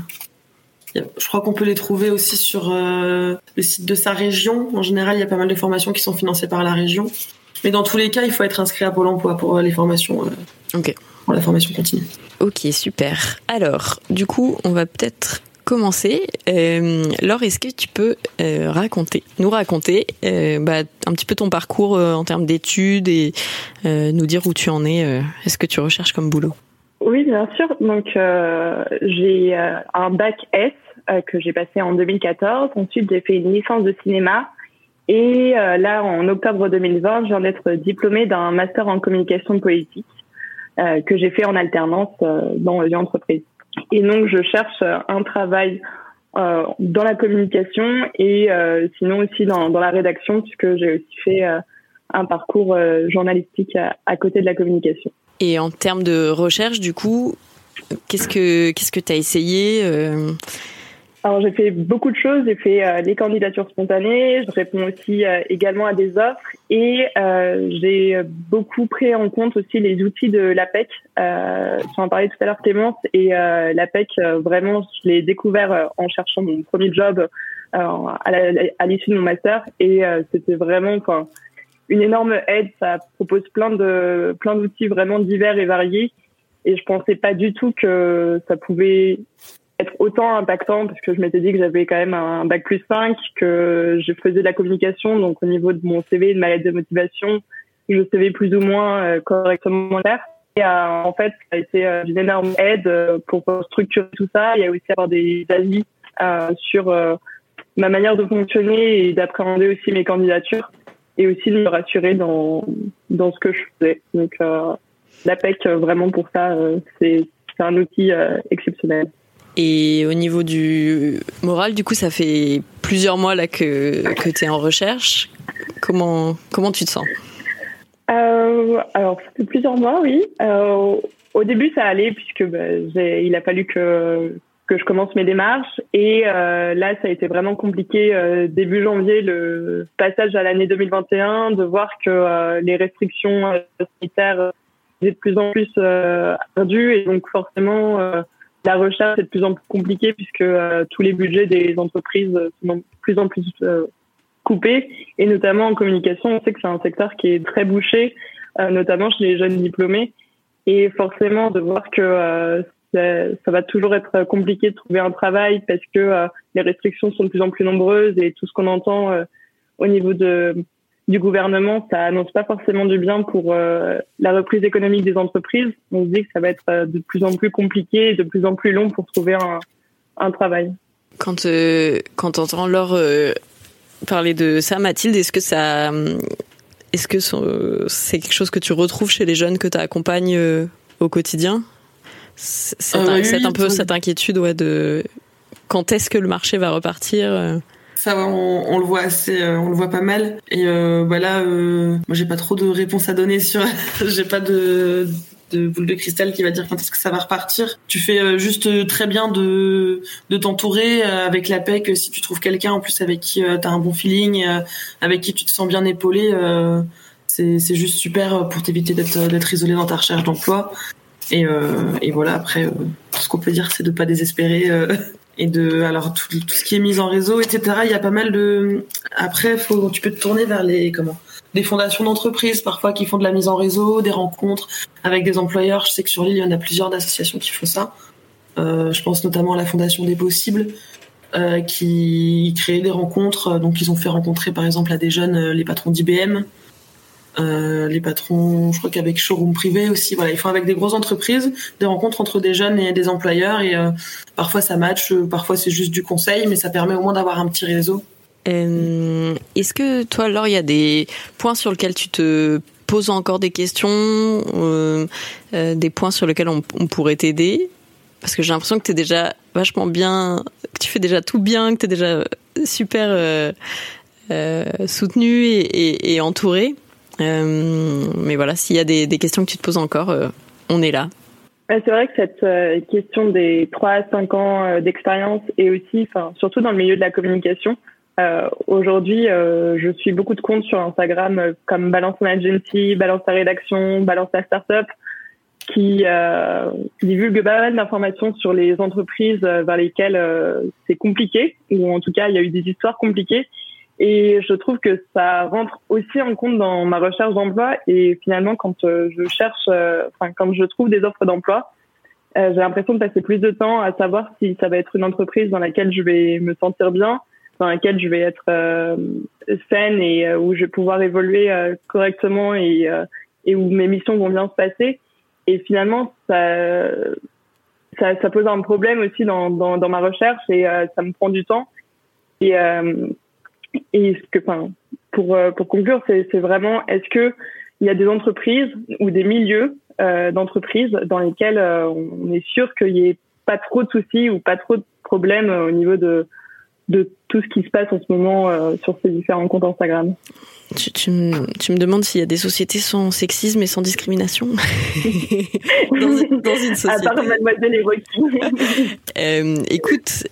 y a, je crois qu'on peut les trouver aussi sur euh, le site de sa région. En général, il y a pas mal de formations qui sont financées par la région. Mais dans tous les cas, il faut être inscrit à Pôle emploi pour les formations, euh, okay. pour la formation continue. Ok, super. Alors, du coup, on va peut-être commencer. Euh, Laure, est-ce que tu peux euh, raconter, nous raconter euh, bah, un petit peu ton parcours euh, en termes d'études et euh, nous dire où tu en es, euh, est-ce que tu recherches comme boulot ? Oui, bien sûr. Donc, euh, j'ai euh, un bac S euh, que j'ai passé en deux mille quatorze. Ensuite, j'ai fait une licence de cinéma. Et euh, là, en octobre deux mille vingt, je viens d'être diplômée d'un master en communication politique euh, que j'ai fait en alternance euh, dans une entreprise. Et donc, je cherche un travail euh, dans la communication et euh, sinon aussi dans, dans la rédaction, puisque j'ai aussi fait euh, un parcours euh, journalistique à, à côté de la communication. Et en termes de recherche, du coup, qu'est-ce que qu'est-ce que tu as essayé euh... Alors, j'ai fait beaucoup de choses. J'ai fait euh, les candidatures spontanées. Je réponds aussi euh, également à des offres. Et euh, j'ai beaucoup pris en compte aussi les outils de l'A P E C. Euh, tu en parlais tout à l'heure, Clémence. Et euh, l'A P E C, euh, vraiment, je l'ai découvert euh, en cherchant mon premier job euh, à, la, à l'issue de mon master. Et euh, c'était vraiment enfin, une énorme aide. Ça propose plein de plein d'outils vraiment divers et variés. Et je pensais pas du tout que ça pouvait être autant impactant, parce que je m'étais dit que j'avais quand même un bac plus cinq, que je faisais de la communication, donc au niveau de mon C V, de ma lettre de motivation, je savais plus ou moins euh, correctement faire. Et euh, en fait, ça a été euh, une énorme aide euh, pour structurer tout ça. Il y a aussi avoir des avis euh, sur euh, ma manière de fonctionner et d'appréhender aussi mes candidatures, et aussi de me rassurer dans dans ce que je faisais. Donc euh, l'A P E C, vraiment pour ça, euh, c'est c'est un outil euh, exceptionnel. Et au niveau du moral, du coup, ça fait plusieurs mois là que que tu es en recherche. Comment comment tu te sens ? euh, Alors, ça fait plusieurs mois, oui. Euh, au début, ça allait puisque bah, j'ai, il a fallu que que je commence mes démarches. Et euh, là, ça a été vraiment compliqué euh, début janvier, le passage à l'année deux mille vingt et un, de voir que euh, les restrictions euh, sanitaires étaient de plus en plus euh, ardues, et donc forcément euh, la recherche est de plus en plus compliquée, puisque euh, tous les budgets des entreprises sont de plus en plus euh, coupés, et notamment en communication, on sait que c'est un secteur qui est très bouché, euh, notamment chez les jeunes diplômés, et forcément de voir que euh, ça, ça va toujours être compliqué de trouver un travail, parce que euh, les restrictions sont de plus en plus nombreuses, et tout ce qu'on entend euh, au niveau de du gouvernement, ça annonce pas forcément du bien pour euh, la reprise économique des entreprises. On se dit que ça va être euh, de plus en plus compliqué et de plus en plus long pour trouver un, un travail. Quand euh, quand t'entends Laure euh, parler de ça, Mathilde, est-ce que ça, est-ce que c'est quelque chose que tu retrouves chez les jeunes que tu accompagnes euh, au quotidien? Cette, euh, oui, cette, un peu oui. cette inquiétude, ouais, de quand est-ce que le marché va repartir? euh... Ça, on, on le voit assez, on le voit pas mal. Et euh, bah là, euh, moi, j'ai pas trop de réponses à donner sur. J'ai pas de, de boule de cristal qui va dire quand est-ce que ça va repartir. Tu fais juste très bien de de t'entourer avec l'A P E C. Si tu trouves quelqu'un en plus avec qui euh, t'as un bon feeling, euh, avec qui tu te sens bien épaulé, euh, c'est c'est juste super pour t'éviter d'être d'être isolé dans ta recherche d'emploi. Et euh, et voilà. Après, euh, tout ce qu'on peut dire, c'est de pas désespérer. Euh, Et de, alors tout, tout ce qui est mis en réseau, et cetera. Il y a pas mal de. Après, faut, tu peux te tourner vers les comment, des fondations d'entreprises parfois qui font de la mise en réseau, des rencontres avec des employeurs. Je sais que sur l'île, il y en a plusieurs d'associations qui font ça. Euh, je pense notamment à la Fondation des Possibles, euh, qui crée des rencontres. Donc, ils ont fait rencontrer par exemple à des jeunes les patrons d'I B M. Euh, les patrons, je crois qu'avec Showroom Privé aussi, voilà, ils font avec des grosses entreprises des rencontres entre des jeunes et des employeurs et euh, parfois ça match, parfois c'est juste du conseil, mais ça permet au moins d'avoir un petit réseau. Euh, est-ce que toi, Laure, il y a des points sur lesquels tu te poses encore des questions, euh, euh, des points sur lesquels on, on pourrait t'aider? Parce que j'ai l'impression que t'es déjà vachement bien, que tu fais déjà tout bien, que t'es déjà super euh, euh, soutenu et, et, et entouré. Euh, mais voilà, s'il y a des, des questions que tu te poses encore, euh, on est là. C'est vrai que cette euh, question des trois à cinq ans euh, d'expérience et aussi, enfin, surtout dans le milieu de la communication, euh, aujourd'hui, euh, je suis beaucoup de comptes sur Instagram euh, comme Balance Ton Agency, Balance Ta Rédaction, Balance Ta Startup, qui, euh, qui divulguent pas mal d'informations sur les entreprises euh, vers lesquelles euh, c'est compliqué, ou en tout cas, il y a eu des histoires compliquées. Et je trouve que ça rentre aussi en compte dans ma recherche d'emploi. Et finalement, quand euh, je cherche, euh, enfin, quand je trouve des offres d'emploi, euh, j'ai l'impression de passer plus de temps à savoir si ça va être une entreprise dans laquelle je vais me sentir bien, dans laquelle je vais être euh, saine et euh, où je vais pouvoir évoluer euh, correctement et, euh, et où mes missions vont bien se passer. Et finalement, ça, ça, ça pose un problème aussi dans, dans, dans ma recherche et euh, ça me prend du temps. Et euh, Et ce que, enfin, pour pour conclure, c'est c'est vraiment, est-ce que il y a des entreprises ou des milieux euh, d'entreprises dans lesquels euh, on est sûr qu'il y ait pas trop de soucis ou pas trop de problèmes au niveau de de tout ce qui se passe en ce moment euh, sur ces différents comptes Instagram. Tu, tu, me, tu me demandes s'il y a des sociétés sans sexisme et sans discrimination dans, dans une société. À part Mademoiselle et Rocky. euh, écoute,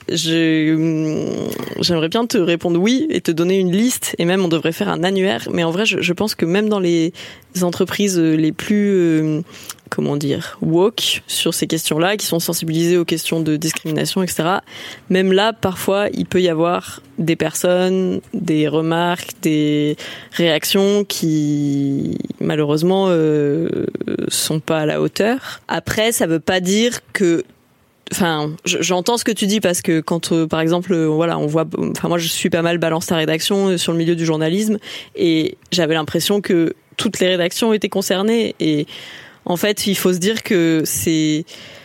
je, j'aimerais bien te répondre oui et te donner une liste, et même on devrait faire un annuaire, mais en vrai je, je pense que même dans les entreprises les plus... Euh, comment dire, woke sur ces questions-là, qui sont sensibilisées aux questions de discrimination, et cetera. Même là, parfois, il peut y avoir des personnes, des remarques, des réactions qui, malheureusement, euh, sont pas à la hauteur. Après, ça veut pas dire que Enfin, j'entends ce que tu dis parce que quand, euh, par exemple, euh, voilà, on voit. Enfin, moi, je suis pas mal Balance Ta Rédaction euh, sur le milieu du journalisme, et j'avais l'impression que toutes les rédactions étaient concernées. Et en fait, il faut se dire que c'est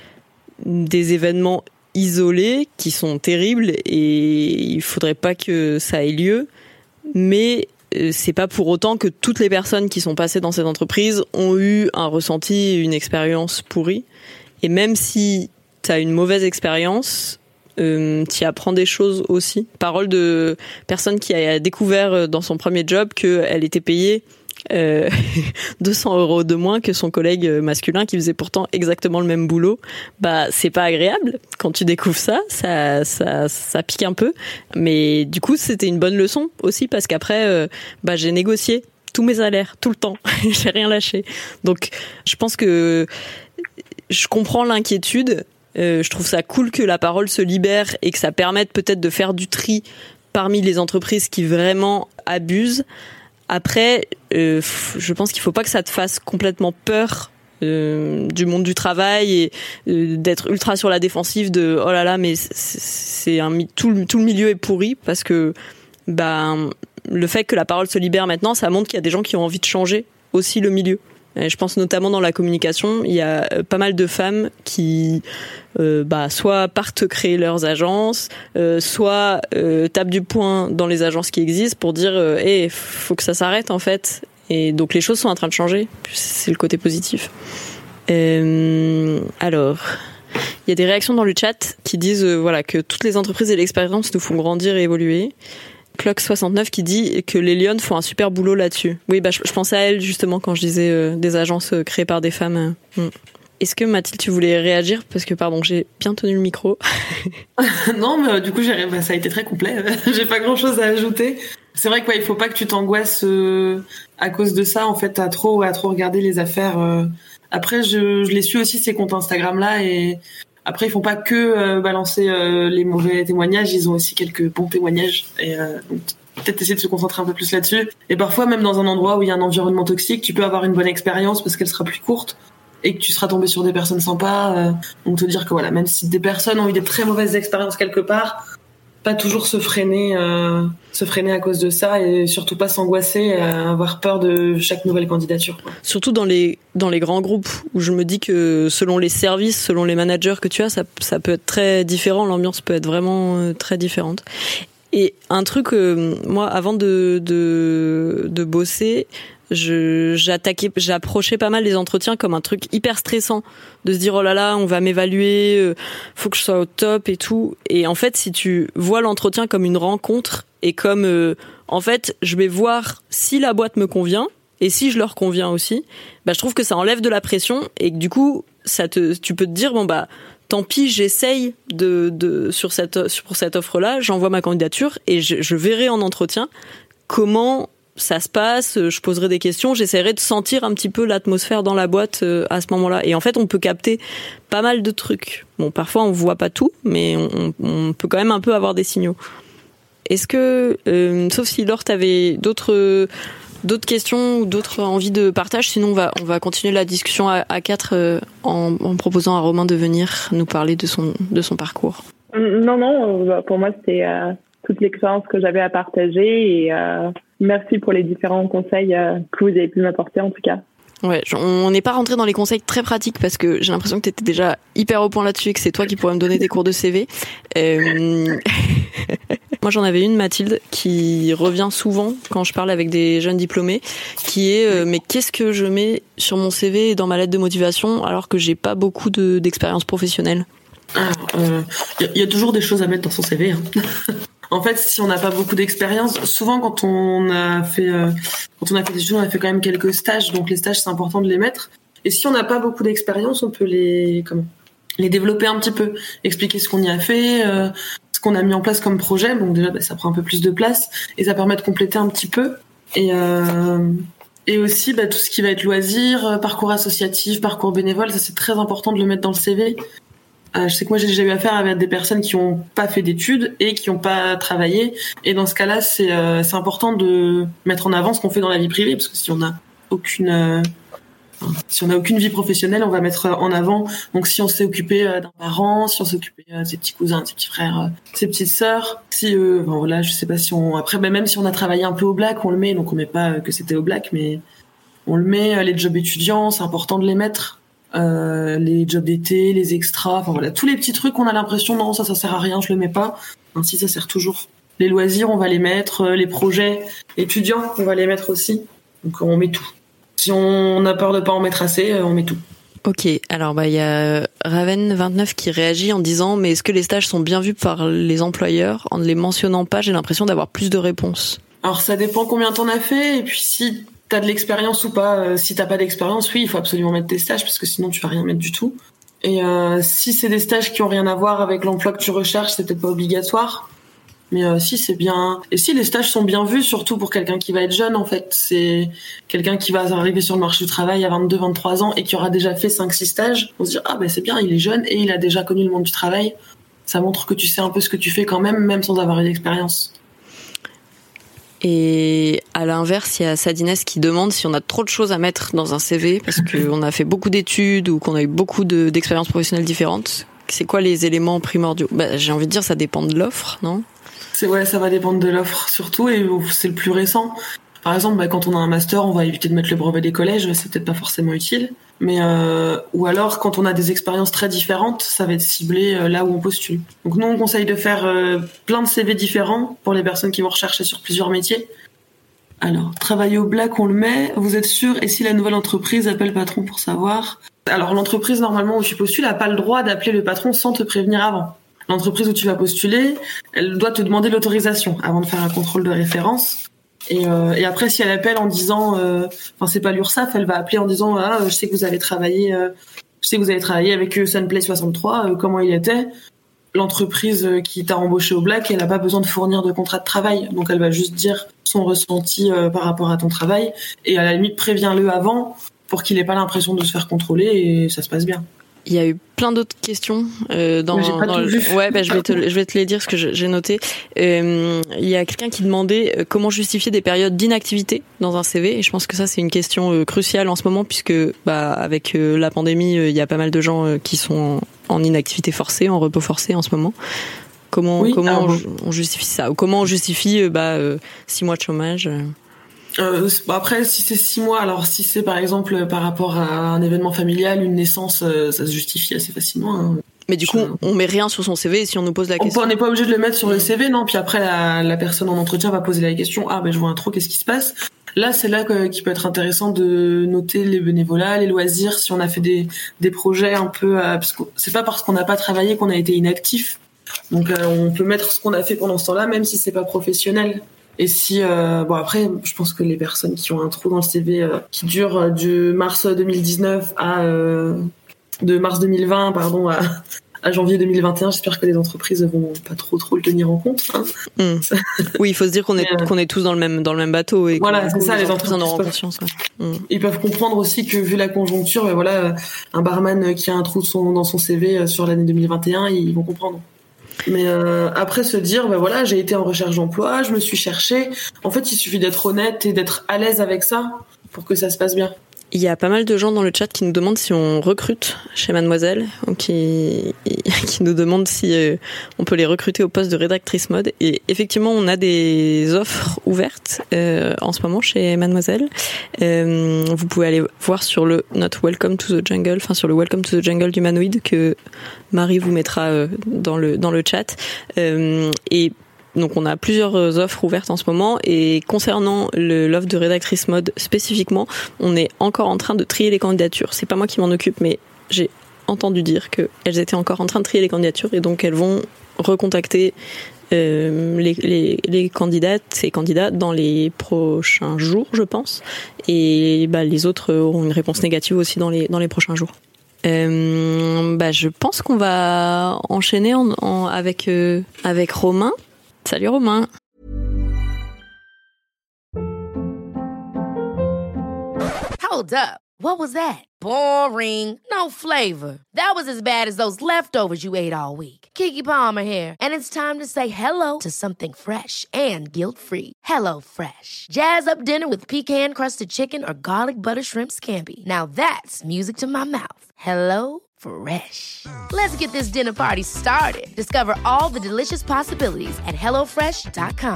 des événements isolés qui sont terribles et il faudrait pas que ça ait lieu. Mais c'est pas pour autant que toutes les personnes qui sont passées dans cette entreprise ont eu un ressenti, une expérience pourrie. Et même si t'as une mauvaise expérience, euh, t'y apprends des choses aussi. Parole de personne qui a découvert dans son premier job qu'elle était payée Euh, deux cents euros de moins que son collègue masculin qui faisait pourtant exactement le même boulot. Bah, c'est pas agréable quand tu découvres ça, ça, ça, ça pique un peu. Mais du coup, c'était une bonne leçon aussi parce qu'après, euh, bah, j'ai négocié tous mes salaires, tout le temps. J'ai rien lâché. Donc, je pense que je comprends l'inquiétude. Euh, je trouve ça cool que la parole se libère et que ça permette peut-être de faire du tri parmi les entreprises qui vraiment abusent. Après, euh, je pense qu'il faut pas que ça te fasse complètement peur euh, du monde du travail et euh, d'être ultra sur la défensive de oh là là, mais c'est, c'est un tout le tout le milieu est pourri parce que bah le fait que la parole se libère maintenant, ça montre qu'il y a des gens qui ont envie de changer aussi le milieu. Et je pense notamment dans la communication, il y a pas mal de femmes qui euh, bah, soit partent créer leurs agences, euh, soit euh, tapent du poing dans les agences qui existent pour dire euh, hey, faut que ça s'arrête en fait. Et donc les choses sont en train de changer. C'est le côté positif. Euh, alors, il y a des réactions dans le chat qui disent euh, voilà que toutes les entreprises et l'expérience nous font grandir et évoluer. Clock soixante-neuf qui dit que les Lyonnes font un super boulot là-dessus. Oui, bah je, je pensais à elle justement quand je disais euh, des agences euh, créées par des femmes. Euh. Est-ce que Mathilde, tu voulais réagir parce que pardon, j'ai bien tenu le micro. Non, mais euh, du coup, j'ai, bah, ça a été très complet. J'ai pas grand-chose à ajouter. C'est vrai qu'il ouais, faut pas que tu t'angoisses euh, à cause de ça. En fait, à trop à trop regarder les affaires. Euh. Après, je, je les suis aussi ces comptes Instagram-là et après, ils font pas que euh, balancer euh, les mauvais témoignages, ils ont aussi quelques bons témoignages. Et euh, donc, peut-être essayer de se concentrer un peu plus là-dessus. Et parfois, même dans un endroit où il y a un environnement toxique, tu peux avoir une bonne expérience parce qu'elle sera plus courte et que tu seras tombé sur des personnes sympas. Euh, donc, te dire que voilà, même si des personnes ont eu des très mauvaises expériences quelque part, pas toujours se freiner, euh, se freiner à cause de ça et surtout pas s'angoisser, euh, avoir peur de chaque nouvelle candidature, quoi. Surtout dans les dans les grands groupes où je me dis que selon les services, selon les managers que tu as, ça ça peut être très différent. L'ambiance peut être vraiment euh, très différente. Et un truc, euh, moi, avant de de de bosser, je j'attaquais j'approchais pas mal les entretiens comme un truc hyper stressant, de se dire oh là là, on va m'évaluer, euh, faut que je sois au top et tout. Et en fait, si tu vois l'entretien comme une rencontre et comme euh, en fait, je vais voir si la boîte me convient et si je leur conviens aussi, bah je trouve que ça enlève de la pression et que du coup, ça te tu peux te dire bon bah tant pis, j'essaye de de sur cette pour cette offre-là, j'envoie ma candidature et je, je verrai en entretien comment ça se passe, je poserai des questions, j'essaierai de sentir un petit peu l'atmosphère dans la boîte à ce moment-là. Et en fait, on peut capter pas mal de trucs. Bon, parfois, on voit pas tout, mais on, on peut quand même un peu avoir des signaux. Est-ce que, euh, sauf si Laure, t'avais d'autres d'autres questions ou d'autres envies de partage, sinon on va on va continuer la discussion à, à quatre euh, en, en proposant à Romain de venir nous parler de son de son parcours. Non, non, pour moi, c'était euh, toute l'expérience que j'avais à partager et euh, merci pour les différents conseils euh, que vous avez pu m'apporter en tout cas. Ouais, on n'est pas rentré dans les conseils très pratiques parce que j'ai l'impression que tu étais déjà hyper au point là-dessus et que c'est toi qui pourrais me donner des cours de C V. Euh... Moi, j'en avais une, Mathilde, qui revient souvent quand je parle avec des jeunes diplômés, qui est euh, mais qu'est-ce que je mets sur mon C V et dans ma lettre de motivation alors que j'ai pas beaucoup de, d'expérience professionnelle? Il euh, y, y a toujours des choses à mettre dans son C V. Hein. En fait, si on n'a pas beaucoup d'expérience, souvent quand on a fait euh, quand on a fait des études, on a fait quand même quelques stages, donc les stages c'est important de les mettre. Et si on n'a pas beaucoup d'expérience, on peut les comment les développer un petit peu, expliquer ce qu'on y a fait, euh, ce qu'on a mis en place comme projet. Donc déjà, bah, ça prend un peu plus de place et ça permet de compléter un petit peu. Et euh, et aussi bah, tout ce qui va être loisirs, parcours associatif, parcours bénévole, ça c'est très important de le mettre dans le C V. Euh, je sais que moi j'ai déjà eu affaire avec des personnes qui ont pas fait d'études et qui ont pas travaillé, et dans ce cas-là c'est euh, c'est important de mettre en avant ce qu'on fait dans la vie privée, parce que si on a aucune euh, si on a aucune vie professionnelle, on va mettre en avant. Donc si on s'est occupé euh, d'un parent, si on s'est occupé euh, de ses petits cousins, de ses petits frères, euh, de ses petites sœurs, si euh, bon, voilà, je sais pas si on après bah, même si on a travaillé un peu au black, on le met, donc on met pas euh, que c'était au black, mais on le met. euh, les jobs étudiants, c'est important de les mettre. Euh, les jobs d'été, les extras, enfin voilà, tous les petits trucs qu'on a l'impression non ça ça sert à rien, je le mets pas. Ainsi ça sert toujours. Les loisirs on va les mettre, les projets étudiants on va les mettre aussi. Donc on met tout. Si on a peur de pas en mettre assez, on met tout. Ok, alors bah il y a Raven vingt-neuf qui réagit en disant mais est-ce que les stages sont bien vus par les employeurs? En ne les mentionnant pas, j'ai l'impression d'avoir plus de réponses. Alors ça dépend combien t'en as fait, et puis si t'as de l'expérience ou pas. Euh, si t'as pas d'expérience, oui, il faut absolument mettre tes stages parce que sinon tu vas rien mettre du tout. Et euh, si c'est des stages qui ont rien à voir avec l'emploi que tu recherches, c'est peut-être pas obligatoire. Mais euh, si c'est bien, et si les stages sont bien vus, surtout pour quelqu'un qui va être jeune en fait, c'est quelqu'un qui va arriver sur le marché du travail à vingt-deux, vingt-trois ans et qui aura déjà fait cinq six stages. On se dit ah ben c'est bien, il est jeune et il a déjà connu le monde du travail. Ça montre que tu sais un peu ce que tu fais quand même, même sans avoir eu d'expérience. Et à l'inverse, il y a Sadines qui demande si on a trop de choses à mettre dans un C V parce qu'on a fait beaucoup d'études ou qu'on a eu beaucoup de, d'expériences professionnelles différentes. c'est quoi les éléments primordiaux? Bah, j'ai envie de dire, ça dépend de l'offre, non? C'est ouais, ça va dépendre de l'offre surtout, et c'est le plus récent. Par exemple, bah, quand on a un master, on va éviter de mettre le brevet des collèges, c'est peut-être pas forcément utile. Mais euh, ou alors, quand on a des expériences très différentes, ça va être ciblé euh, là où on postule. Donc nous, on conseille de faire euh, plein de C V différents pour les personnes qui vont rechercher sur plusieurs métiers. Alors, travailler au black, on le met. Vous êtes sûr? Et si la nouvelle entreprise appelle le patron pour savoir? Alors, l'entreprise, normalement, où tu postules, n'a pas le droit d'appeler le patron sans te prévenir avant. L'entreprise où tu vas postuler, elle doit te demander l'autorisation avant de faire un contrôle de référence. Et, euh, et après, si elle appelle en disant, euh, enfin c'est pas l'URSSAF, elle va appeler en disant, ah, je sais que vous avez travaillé, euh, je sais que vous avez travaillé avec Sunplay soixante-trois, euh, comment il était. L'entreprise qui t'a embauché au black, elle n'a pas besoin de fournir de contrat de travail, donc elle va juste dire son ressenti euh, par rapport à ton travail, et à la limite préviens-le avant pour qu'il ait pas l'impression de se faire contrôler et ça se passe bien. Il y a eu plein d'autres questions euh, dans, j'ai pas dans tout le... vu. Ouais, bah, je vais te je vais te les dire ce que j'ai noté. Euh, il y a quelqu'un qui demandait euh, comment justifier des périodes d'inactivité dans un C V, et je pense que ça c'est une question euh, cruciale en ce moment, puisque bah avec euh, la pandémie, euh, il y a pas mal de gens euh, qui sont en, en inactivité forcée, en repos forcé en ce moment. Comment oui, comment alors, on, on justifie ça, ou comment on justifie euh, bah euh, six mois de chômage euh... Euh, bon après, si c'est six mois, alors si c'est par exemple par rapport à un événement familial, une naissance, euh, ça se justifie assez facilement. Hein. Mais du coup, Je... on met rien sur son C V, et si on nous pose la on question, on n'est pas obligé de le mettre sur le C V, non. Puis après, la, la personne en entretien va poser la question, ah ben je vois un trou, qu'est-ce qui se passe? Là, c'est là que, qu'il peut être intéressant de noter les bénévolats, les loisirs, si on a fait des des projets un peu, euh, parce que c'est pas parce qu'on n'a pas travaillé qu'on a été inactif. Donc euh, on peut mettre ce qu'on a fait pendant ce temps-là, même si c'est pas professionnel. Et si euh, bon après, je pense que les personnes qui ont un trou dans le C V euh, qui dure euh, de mars deux mille dix-neuf à euh, de mars deux mille vingt pardon à, à janvier deux mille vingt et un, j'espère que les entreprises vont pas trop trop le tenir en compte. Hein. Mmh. Oui, il faut se dire qu'on est euh, qu'on est tous dans le même dans le même bateau, et voilà, c'est ça, les entreprises en auront peuvent, conscience. Ouais. Mmh. Ils peuvent comprendre aussi que vu la conjoncture, ben voilà, un barman qui a un trou de son, dans son C V sur l'année deux mille vingt et un, ils vont comprendre. Mais euh, après se dire, ben voilà, j'ai été en recherche d'emploi, je me suis cherchée. En fait, il suffit d'être honnête et d'être à l'aise avec ça pour que ça se passe bien. Il y a pas mal de gens dans le chat qui nous demandent si on recrute chez Mademoiselle, ou qui, qui nous demandent si euh, on peut les recruter au poste de rédactrice mode. Et effectivement, on a des offres ouvertes euh, en ce moment chez Mademoiselle. Euh, vous pouvez aller voir sur le notre Welcome to the Jungle, enfin sur le Welcome to the Jungle d'Humanoid, que Marie vous mettra euh, dans le dans le chat. Euh, et donc on a plusieurs offres ouvertes en ce moment, et concernant le, l'offre de rédactrice mode spécifiquement, on est encore en train de trier les candidatures. C'est pas moi qui m'en occupe, mais j'ai entendu dire qu'elles étaient encore en train de trier les candidatures, et donc elles vont recontacter euh, les, les, les candidates et candidats dans les prochains jours, je pense, et bah, les autres auront une réponse négative aussi dans les, dans les prochains jours. Euh, bah, je pense qu'on va enchaîner en, en, avec, euh, avec Romain. Salut Romain. Hold up. What was that? Boring. No flavor. That was as bad as those leftovers you ate all week. Keke Palmer here, and it's time to say hello to something fresh and guilt-free. Hello Fresh. Jazz up dinner with pecan-crusted chicken or garlic butter shrimp scampi. Now that's music to my mouth. Hello Fresh. Let's get this dinner party started. Discover all the delicious possibilities at hello fresh dot com.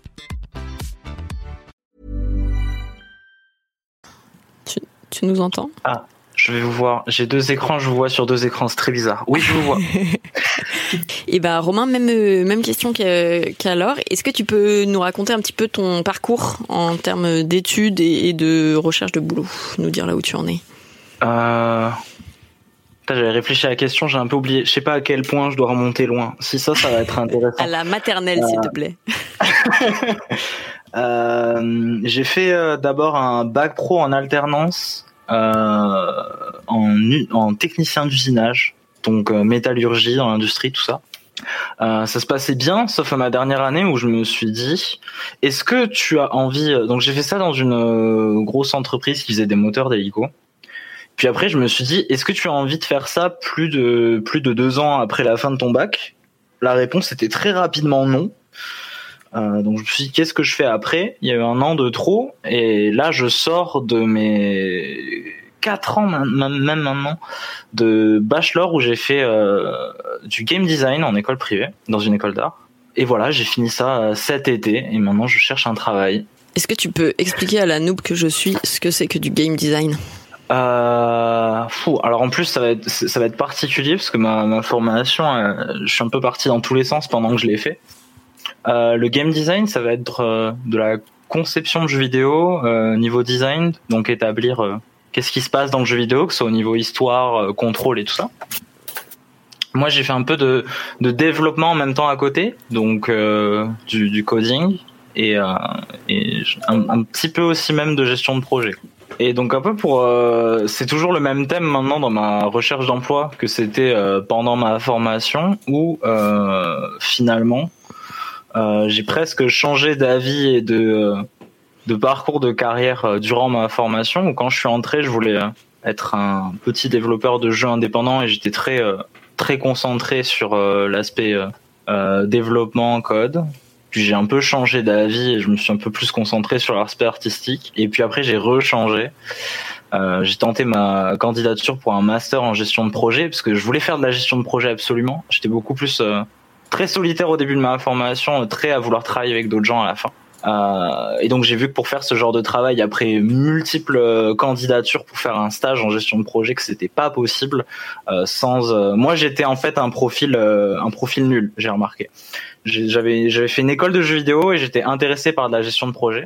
Tu, tu nous entends? Ah, je vais vous voir. J'ai deux écrans, je vous vois sur deux écrans, c'est très bizarre. Oui, je vous vois. Et ben Romain, même même question qu'alors. Est-ce que tu peux nous raconter un petit peu ton parcours en termes d'études et, et de recherche de boulot? Nous dire là où tu en es. Euh... J'avais réfléchi à la question, j'ai un peu oublié. Je sais pas à quel point je dois remonter loin. Si ça, ça va être intéressant. À la maternelle, euh... s'il te plaît. euh, j'ai fait euh, d'abord un bac pro en alternance euh, en, en technicien d'usinage, donc euh, métallurgie dans l'industrie, tout ça. Euh, ça se passait bien, sauf à ma dernière année où je me suis dit, est-ce que tu as envie... Donc j'ai fait ça dans une euh, grosse entreprise qui faisait des moteurs d'hélico. Puis après, je me suis dit, est-ce que tu as envie de faire ça plus de plus de deux ans après la fin de ton bac? La réponse était très rapidement non. Euh, donc je me suis dit, qu'est-ce que je fais après? Il y a eu un an de trop, et là, je sors de mes quatre ans même maintenant de bachelor où j'ai fait euh, du game design en école privée, dans une école d'art. Et voilà, j'ai fini ça cet été et maintenant je cherche un travail. Est-ce que tu peux expliquer à la noob que je suis ce que c'est que du game design ? Euh, fou. Alors en plus ça va être ça va être particulier parce que ma, ma formation, euh, je suis un peu parti dans tous les sens pendant que je l'ai fait. Euh, le game design, ça va être euh, de la conception de jeux vidéo, euh, niveau design, donc établir euh, qu'est-ce qui se passe dans le jeu vidéo, que ce soit au niveau histoire, euh, contrôle et tout ça. Moi, j'ai fait un peu de, de développement en même temps à côté, donc euh, du, du coding et, euh, et un, un petit peu aussi même de gestion de projet. Et donc un peu pour, euh, c'est toujours le même thème maintenant dans ma recherche d'emploi que c'était euh, pendant ma formation où euh, finalement euh, j'ai presque changé d'avis et de de parcours de carrière euh, durant ma formation où quand je suis entré, je voulais euh, être un petit développeur de jeux indépendant et j'étais très euh, très concentré sur euh, l'aspect euh, euh, développement code. Puis j'ai un peu changé d'avis et je me suis un peu plus concentré sur l'aspect artistique. Et puis après, j'ai rechangé. Euh, j'ai tenté ma candidature pour un master en gestion de projet parce que je voulais faire de la gestion de projet absolument. J'étais beaucoup plus euh, très solitaire au début de ma formation, très à vouloir travailler avec d'autres gens à la fin. Euh, et donc j'ai vu que pour faire ce genre de travail, après multiples candidatures pour faire un stage en gestion de projet, que c'était pas possible. Euh, sans, euh, moi j'étais en fait un profil, euh, un profil nul. J'ai remarqué. J'avais, j'avais fait une école de jeux vidéo et j'étais intéressé par de la gestion de projet.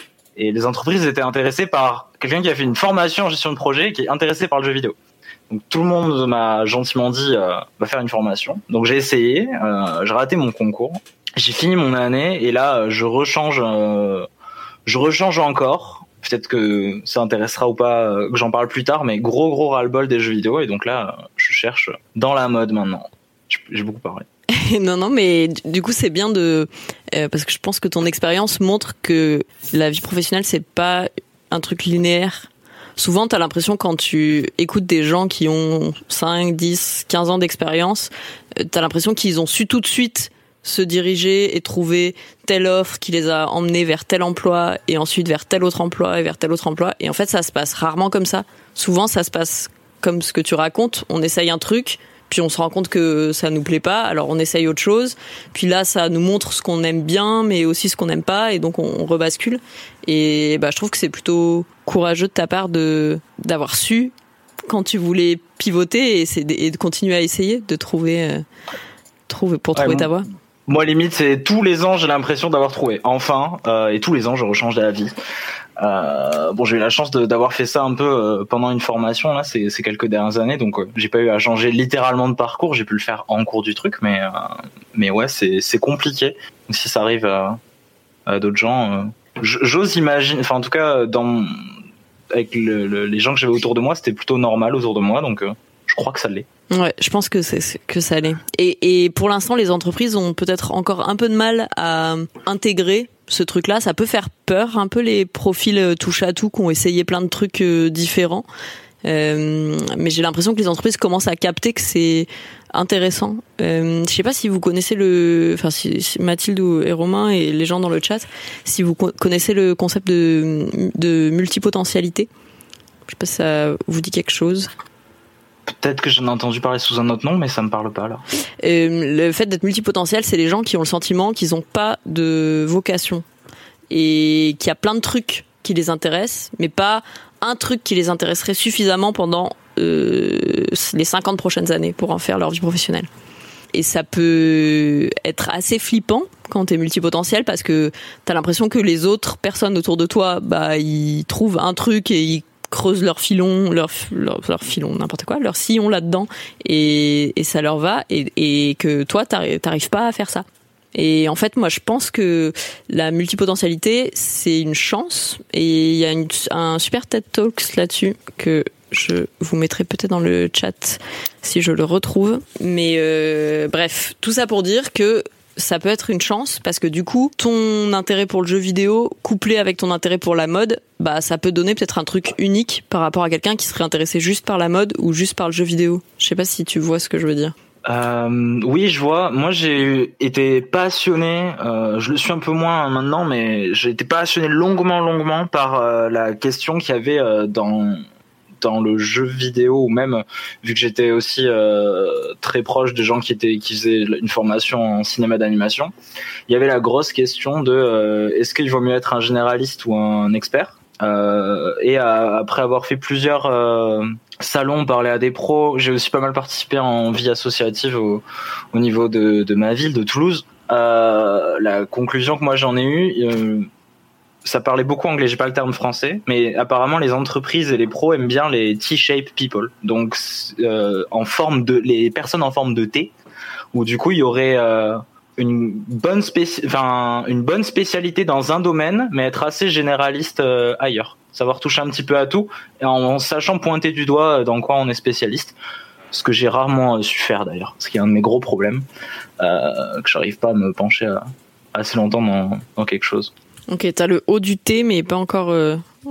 Et les entreprises étaient intéressées par quelqu'un qui a fait une formation en gestion de projet et qui est intéressé par le jeu vidéo. Donc tout le monde m'a gentiment dit euh, va faire une formation. Donc j'ai essayé, euh, j'ai raté mon concours. J'ai fini mon année et là je rechange, euh, je rechange encore. Peut-être que ça intéressera ou pas, euh, que j'en parle plus tard, mais gros gros ras-le-bol des jeux vidéo et donc là je cherche dans la mode maintenant. J'ai beaucoup parlé. Non, non, mais du coup c'est bien de euh, parce que je pense que ton expérience montre que la vie professionnelle c'est pas un truc linéaire. Souvent t'as l'impression quand tu écoutes des gens qui ont cinq, dix, quinze ans d'expérience, euh, t'as l'impression qu'ils ont su tout de suite se diriger et trouver telle offre qui les a emmenés vers tel emploi et ensuite vers tel autre emploi et vers tel autre emploi. Et en fait, ça se passe rarement comme ça. Souvent, ça se passe comme ce que tu racontes. On essaye un truc, puis on se rend compte que ça nous plaît pas, alors on essaye autre chose. Puis là, ça nous montre ce qu'on aime bien, mais aussi ce qu'on n'aime pas, et donc on, on rebascule. Et bah, je trouve que c'est plutôt courageux de ta part de d'avoir su quand tu voulais pivoter et, c'est, et de continuer à essayer de trouver, euh, trouver pour trouver ouais, ta voie. Moi, limite, c'est tous les ans, j'ai l'impression d'avoir trouvé. Enfin, euh, et tous les ans, je rechange d'avis. Euh, bon, j'ai eu la chance de, d'avoir fait ça un peu euh, pendant une formation là, ces, ces quelques dernières années, donc euh, j'ai pas eu à changer littéralement de parcours. J'ai pu le faire en cours du truc, mais euh, mais ouais, c'est c'est compliqué. Donc, si ça arrive à, à d'autres gens, euh, j'ose imaginer. Enfin, en tout cas, dans avec le, le, les gens que j'avais autour de moi, c'était plutôt normal autour de moi, donc euh, je crois que ça l'est. Ouais, je pense que c'est, c'est que ça l'est. Et, et pour l'instant, les entreprises ont peut-être encore un peu de mal à intégrer ce truc-là. Ça peut faire peur, un peu les profils touche à tout qui ont essayé plein de trucs différents. Euh, mais j'ai l'impression que les entreprises commencent à capter que c'est intéressant. Euh, je sais pas si vous connaissez le, enfin si, si Mathilde et Romain et les gens dans le chat, si vous connaissez le concept de, de multipotentialité. Je sais pas si ça vous dit quelque chose. Peut-être que j'en ai entendu parler sous un autre nom, mais ça me parle pas là. Euh, le fait d'être multipotentiel, c'est les gens qui ont le sentiment qu'ils n'ont pas de vocation et qu'il y a plein de trucs qui les intéressent, mais pas un truc qui les intéresserait suffisamment pendant euh, les cinquante prochaines années pour en faire leur vie professionnelle. Et ça peut être assez flippant quand t'es multipotentiel parce que t'as l'impression que les autres personnes autour de toi, bah, ils trouvent un truc et ils creusent leur filon, leur, leur, leur filon, n'importe quoi, leur sillon là-dedans, et, et ça leur va, et, et que toi, t'arrives, t'arrives pas à faire ça. Et en fait, moi, je pense que la multipotentialité, c'est une chance, et il y a une, un super TED Talks là-dessus que je vous mettrai peut-être dans le chat si je le retrouve. Mais euh, bref, tout ça pour dire que ça peut être une chance parce que du coup, ton intérêt pour le jeu vidéo couplé avec ton intérêt pour la mode, bah ça peut donner peut-être un truc unique par rapport à quelqu'un qui serait intéressé juste par la mode ou juste par le jeu vidéo. Je sais pas si tu vois ce que je veux dire. Euh, oui, je vois. Moi, j'ai été passionné. Euh, je le suis un peu moins maintenant, mais j'ai été passionné longuement, longuement par euh, la question qu'il y avait euh, dans dans le jeu vidéo, ou même vu que j'étais aussi euh, très proche des gens qui étaient qui faisaient une formation en cinéma d'animation, il y avait la grosse question de euh, est-ce qu'il vaut mieux être un généraliste ou un expert. Euh, et à, après avoir fait plusieurs euh, salons, parler à des pros, j'ai aussi pas mal participé en vie associative au, au niveau de, de ma ville, de Toulouse. Euh, la conclusion que moi j'en ai eue, euh, ça parlait beaucoup anglais, j'ai pas le terme français, mais apparemment les entreprises et les pros aiment bien les T-shaped people, donc euh, en forme de les personnes en forme de T, où du coup il y aurait euh, une bonne spéci- enfin une bonne spécialité dans un domaine, mais être assez généraliste euh, ailleurs, savoir toucher un petit peu à tout, et en, en sachant pointer du doigt dans quoi on est spécialiste. Ce que j'ai rarement su faire d'ailleurs, ce qui est un de mes gros problèmes, euh, que j'arrive pas à me pencher à, assez longtemps dans, dans quelque chose. Ok, t'as le haut du thé, mais pas encore. Euh...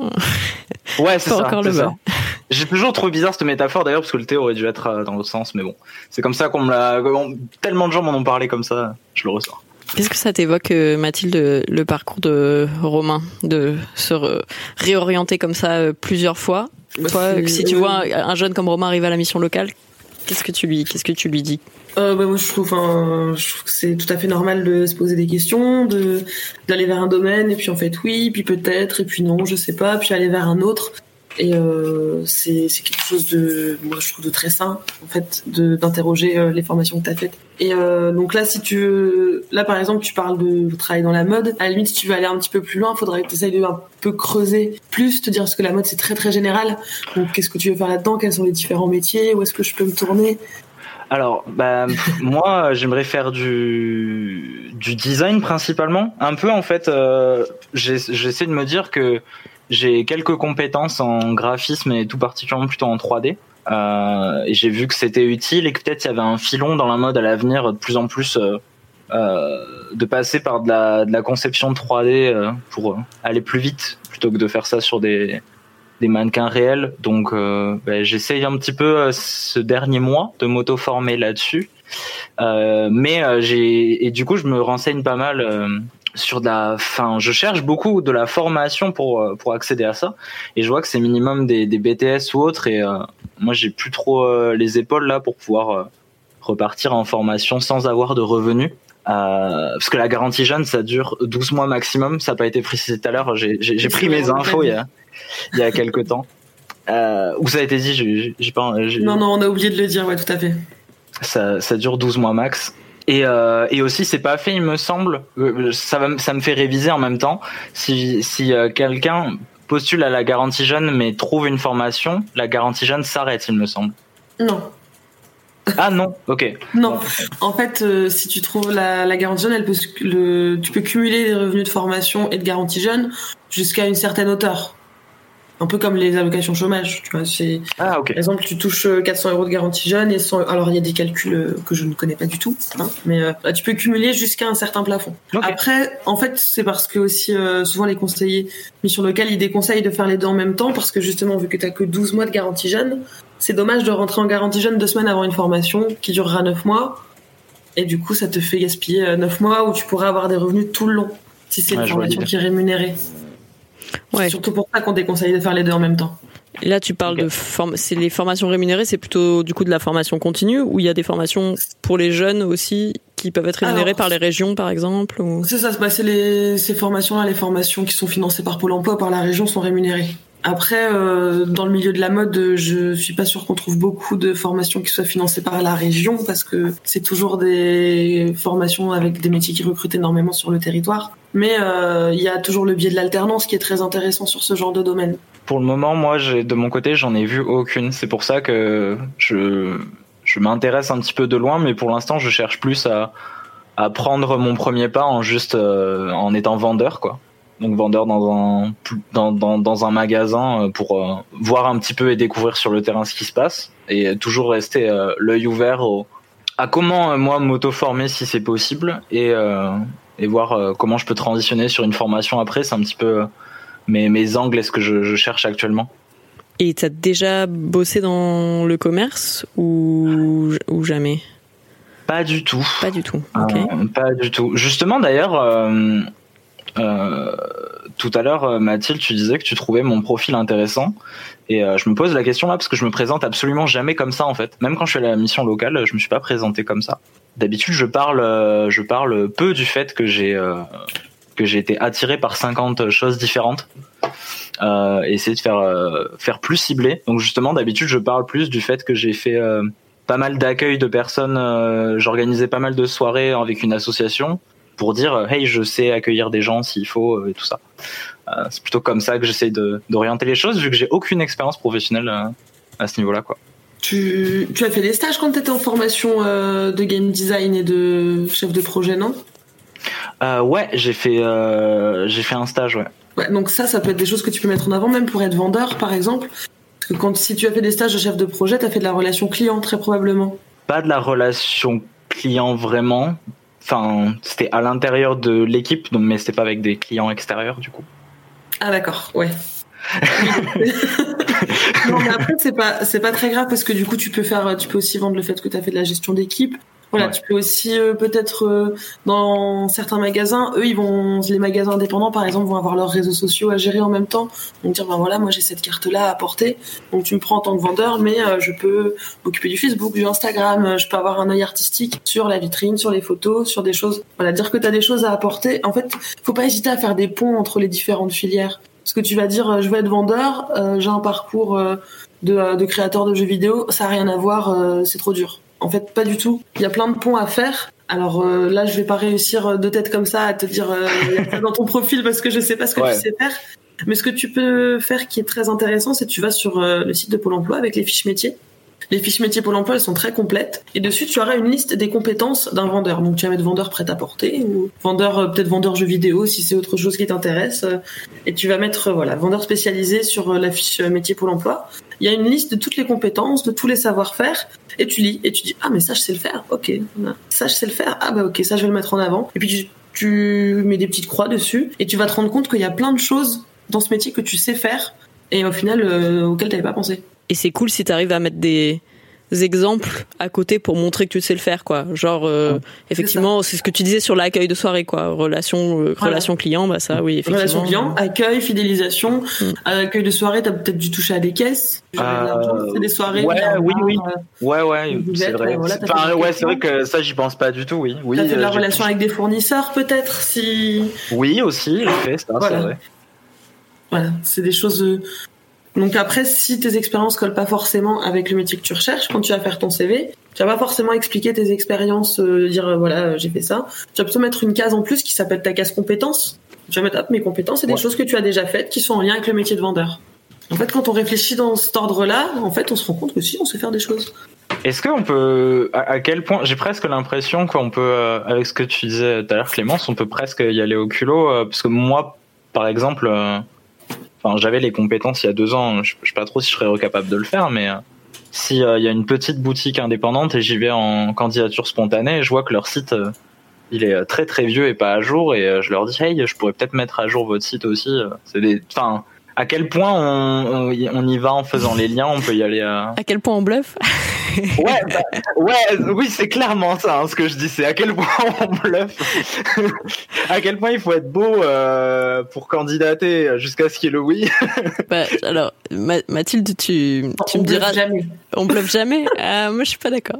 Ouais, c'est pas ça. Encore c'est le ça. bas. J'ai toujours trouvé bizarre cette métaphore d'ailleurs, parce que le thé aurait dû être dans l'autre sens, mais bon, c'est comme ça qu'on me l'a. Tellement de gens m'en ont parlé comme ça, je le ressors. Qu'est-ce que ça t'évoque, Mathilde, le parcours de Romain, de se re- réorienter comme ça plusieurs fois? Bah, Toi, si tu vois un, un jeune comme Romain arriver à la mission locale, qu'est-ce que tu lui, qu'est-ce que tu lui dis? Euh, bah, moi, je trouve, enfin, je trouve que c'est tout à fait normal de se poser des questions, de d'aller vers un domaine, et puis en fait oui, puis peut-être, et puis non, je sais pas, puis aller vers un autre. Et euh, c'est c'est quelque chose de, moi je trouve de très sain en fait, de d'interroger euh, les formations que t'as faites. Et euh, donc là, si tu, là par exemple, tu parles de travailler dans la mode. À la limite, si tu veux aller un petit peu plus loin, il faudrait que tu essayes de un peu creuser plus, te dire parce que la mode c'est très très général. Donc qu'est-ce que tu veux faire là-dedans? Quels sont les différents métiers? Où est-ce que je peux me tourner? Alors, bah, moi, j'aimerais faire du du design principalement. Un peu en fait, euh, j'ai, j'essaie de me dire que j'ai quelques compétences en graphisme et tout particulièrement plutôt en trois D. Euh, et j'ai vu que c'était utile et que peut-être il y avait un filon dans la mode à l'avenir de plus en plus euh, euh, de passer par de la, de la conception de trois D euh, pour aller plus vite plutôt que de faire ça sur des, des mannequins réels. Donc euh, bah, j'essaye un petit peu euh, ce dernier mois de m'auto-former là-dessus. Euh, mais euh, j'ai et du coup je me renseigne pas mal euh, sur de la, enfin, je cherche beaucoup de la formation pour pour accéder à ça, et je vois que c'est minimum des, des B T S ou autres, et euh, moi j'ai plus trop euh, les épaules là pour pouvoir euh, repartir en formation sans avoir de revenus, euh, parce que la garantie jeune ça dure douze mois maximum, ça n'a pas été précisé tout à l'heure, j'ai j'ai, j'ai pris mes infos il y a il y a quelques temps, euh, où ça a été dit, j'ai, j'ai pas j'ai... non non on a oublié de le dire, ouais tout à fait. Ça, ça dure douze mois max. Et, euh, et aussi, c'est pas fait, il me semble. Ça, va, ça me fait réviser en même temps. Si, si euh, quelqu'un postule à la garantie jeune mais trouve une formation, la garantie jeune s'arrête, il me semble. Non. Ah non, ok. Non, en fait, euh, si tu trouves la, la garantie jeune, elle peut, le, tu peux cumuler les revenus de formation et de garantie jeune jusqu'à une certaine hauteur. Un peu comme les allocations chômage, tu vois. C'est, ah, ok. Par exemple, tu touches quatre cents euros de garantie jeune et cent, alors il y a des calculs que je ne connais pas du tout, hein, mais euh, tu peux cumuler jusqu'à un certain plafond. Okay. Après, en fait, c'est parce que aussi euh, souvent les conseillers mission locale, ils déconseillent de faire les deux en même temps parce que justement, vu que t'as que douze mois de garantie jeune, c'est dommage de rentrer en garantie jeune deux semaines avant une formation qui durera neuf mois, et du coup, ça te fait gaspiller neuf mois où tu pourrais avoir des revenus tout le long si c'est ouais, une formation qui est rémunérée. Ouais. C'est surtout pour ça qu'on déconseille de faire les deux en même temps. Et là, tu parles okay. de form... c'est les formations rémunérées, c'est plutôt du coup de la formation continue, ou il y a des formations pour les jeunes aussi qui peuvent être rémunérées Alors, par les régions, par exemple ou... C'est ça, bah, c'est les ces formations-là, les formations qui sont financées par Pôle Emploi, par la région, sont rémunérées. Après, euh, dans le milieu de la mode, je suis pas sûre qu'on trouve beaucoup de formations qui soient financées par la région, parce que c'est toujours des formations avec des métiers qui recrutent énormément sur le territoire. Mais il euh, y a toujours le biais de l'alternance qui est très intéressant sur ce genre de domaine. Pour le moment, moi, j'ai, de mon côté, j'en ai vu aucune. C'est pour ça que je, je m'intéresse un petit peu de loin, mais pour l'instant, je cherche plus à, à prendre mon premier pas en juste euh, en étant vendeur, quoi. Donc vendeur dans un dans dans, dans un magasin pour euh, voir un petit peu et découvrir sur le terrain ce qui se passe, et toujours rester euh, l'œil ouvert au, à comment euh, moi m'auto-former si c'est possible, et euh, et voir euh, comment je peux transitionner sur une formation après. C'est un petit peu euh, mes mes angles, est-ce que je, je cherche actuellement. Et t'as déjà bossé dans le commerce ou ou jamais? Pas du tout. Pas du tout. Ok. Euh, pas du tout. Justement d'ailleurs. Euh, Euh, tout à l'heure, Mathilde, tu disais que tu trouvais mon profil intéressant. Et euh, je me pose la question là parce que je me présente absolument jamais comme ça en fait. Même quand je suis à la mission locale, je me suis pas présenté comme ça. D'habitude, je parle, euh, je parle peu du fait que j'ai euh, que j'ai été attiré par cinquante choses différentes. Euh, et essayer de faire euh, faire plus ciblé. Donc justement, d'habitude, je parle plus du fait que j'ai fait euh, pas mal d'accueil de personnes. Euh, j'organisais pas mal de soirées avec une association pour dire hey, je sais accueillir des gens s'il faut euh, et tout ça. Euh, c'est plutôt comme ça que j'essaie de d'orienter les choses vu que j'ai aucune expérience professionnelle euh, à ce niveau-là, quoi. Tu, tu as fait des stages quand tu étais en formation euh, de game design et de chef de projet, non? euh, Ouais, j'ai fait euh, j'ai fait un stage, ouais. Ouais, donc ça, ça peut être des choses que tu peux mettre en avant, même pour être vendeur, par exemple. Parce que quand, si tu as fait des stages de chef de projet, tu as fait de la relation client, très probablement. Pas de la relation client vraiment. Enfin, c'était à l'intérieur de l'équipe, donc, mais c'était pas avec des clients extérieurs, du coup. Ah d'accord, ouais. Non, mais après, c'est pas, c'est pas très grave parce que du coup, tu peux faire, tu peux aussi vendre le fait que tu as fait de la gestion d'équipe. Voilà, ouais. Tu peux aussi euh, peut-être euh, dans certains magasins, eux ils vont, les magasins indépendants par exemple vont avoir leurs réseaux sociaux à gérer en même temps. Donc dire ben voilà, moi j'ai cette carte là à apporter, donc tu me prends en tant que vendeur, mais euh, je peux m'occuper du Facebook, du Instagram, je peux avoir un œil artistique sur la vitrine, sur les photos, sur des choses. Voilà, dire que tu as des choses à apporter. En fait, faut pas hésiter à faire des ponts entre les différentes filières. Parce que tu vas dire je veux être vendeur, euh, j'ai un parcours euh, de, de créateur de jeux vidéo, ça a rien à voir, euh, c'est trop dur. En fait, pas du tout. Il y a plein de ponts à faire. Alors euh, là, je vais pas réussir de tête comme ça à te dire euh, il y a ça dans ton profil parce que je sais pas ce que ouais. tu sais faire. Mais ce que tu peux faire qui est très intéressant, c'est que tu vas sur euh, le site de Pôle emploi avec les fiches métiers. Les fiches métiers Pôle emploi, elles sont très complètes. Et dessus, tu auras une liste des compétences d'un vendeur. Donc, tu vas mettre vendeur prêt-à-porter ou vendeur, euh, peut-être vendeur jeux vidéo si c'est autre chose qui t'intéresse. Et tu vas mettre, euh, voilà, vendeur spécialisé sur euh, la fiche métier Pôle emploi. Il y a une liste de toutes les compétences, de tous les savoir-faire. Et tu lis et tu dis, ah, mais ça, je sais le faire. Ok. Ça, je sais le faire. Ah, bah, ok, ça, je vais le mettre en avant. Et puis, tu, tu mets des petites croix dessus. Et tu vas te rendre compte qu'il y a plein de choses dans ce métier que tu sais faire. Et au final, euh, auxquelles t'avais pas pensé. Et c'est cool si t'arrives à mettre des exemples à côté pour montrer que tu sais le faire, quoi. Genre, euh, ouais, effectivement, c'est, c'est ce que tu disais sur l'accueil de soirée, quoi. Relation, euh, voilà. relation client, bah ça, oui, effectivement. Relation client, accueil, fidélisation. Mm. Accueil de soirée, t'as peut-être dû toucher à des caisses. Euh, c'est des soirées. Ouais, oui, oui. Euh, ouais, ouais, c'est vrai. Voilà, enfin, ouais, c'est vrai que ça, j'y pense pas du tout, oui. oui t'as fait de la euh, relation avec des fournisseurs, peut-être, si. Oui, aussi, en fait, ça, voilà. c'est vrai. Voilà, c'est des choses. Euh... Donc après, si tes expériences collent pas forcément avec le métier que tu recherches, quand tu vas faire ton C V, tu vas pas forcément expliquer tes expériences, euh, dire euh, voilà, euh, j'ai fait ça. Tu vas plutôt mettre une case en plus qui s'appelle ta case compétences. Tu vas mettre hop, mes compétences, c'est des ouais. choses que tu as déjà faites qui sont en lien avec le métier de vendeur. En fait, quand on réfléchit dans cet ordre-là, en fait, on se rend compte que si, on sait faire des choses. Est-ce qu'on peut, à, à quel point, j'ai presque l'impression qu'on peut, euh, avec ce que tu disais tout à l'heure, Clémence, on peut presque y aller au culot, euh, parce que moi, par exemple. Euh, Enfin, j'avais les compétences il y a deux ans, je, je sais pas trop si je serais capable de le faire, mais euh, si il euh, y a une petite boutique indépendante et j'y vais en candidature spontanée, je vois que leur site euh, il est très très vieux et pas à jour, et euh, je leur dis hey, je pourrais peut-être mettre à jour votre site aussi. Euh, c'est des, enfin, à quel point on, on, on y va en faisant les liens, on peut y aller. À, à quel point on bluffe. Ouais, bah, ouais, oui, c'est clairement ça, hein, ce que je dis, c'est à quel point on bluffe, à quel point il faut être beau euh, pour candidater jusqu'à ce qu'il y ait le oui. Bah, alors, Ma- Mathilde, tu, tu on me diras, jamais. On bluffe jamais. euh, moi, je suis pas d'accord.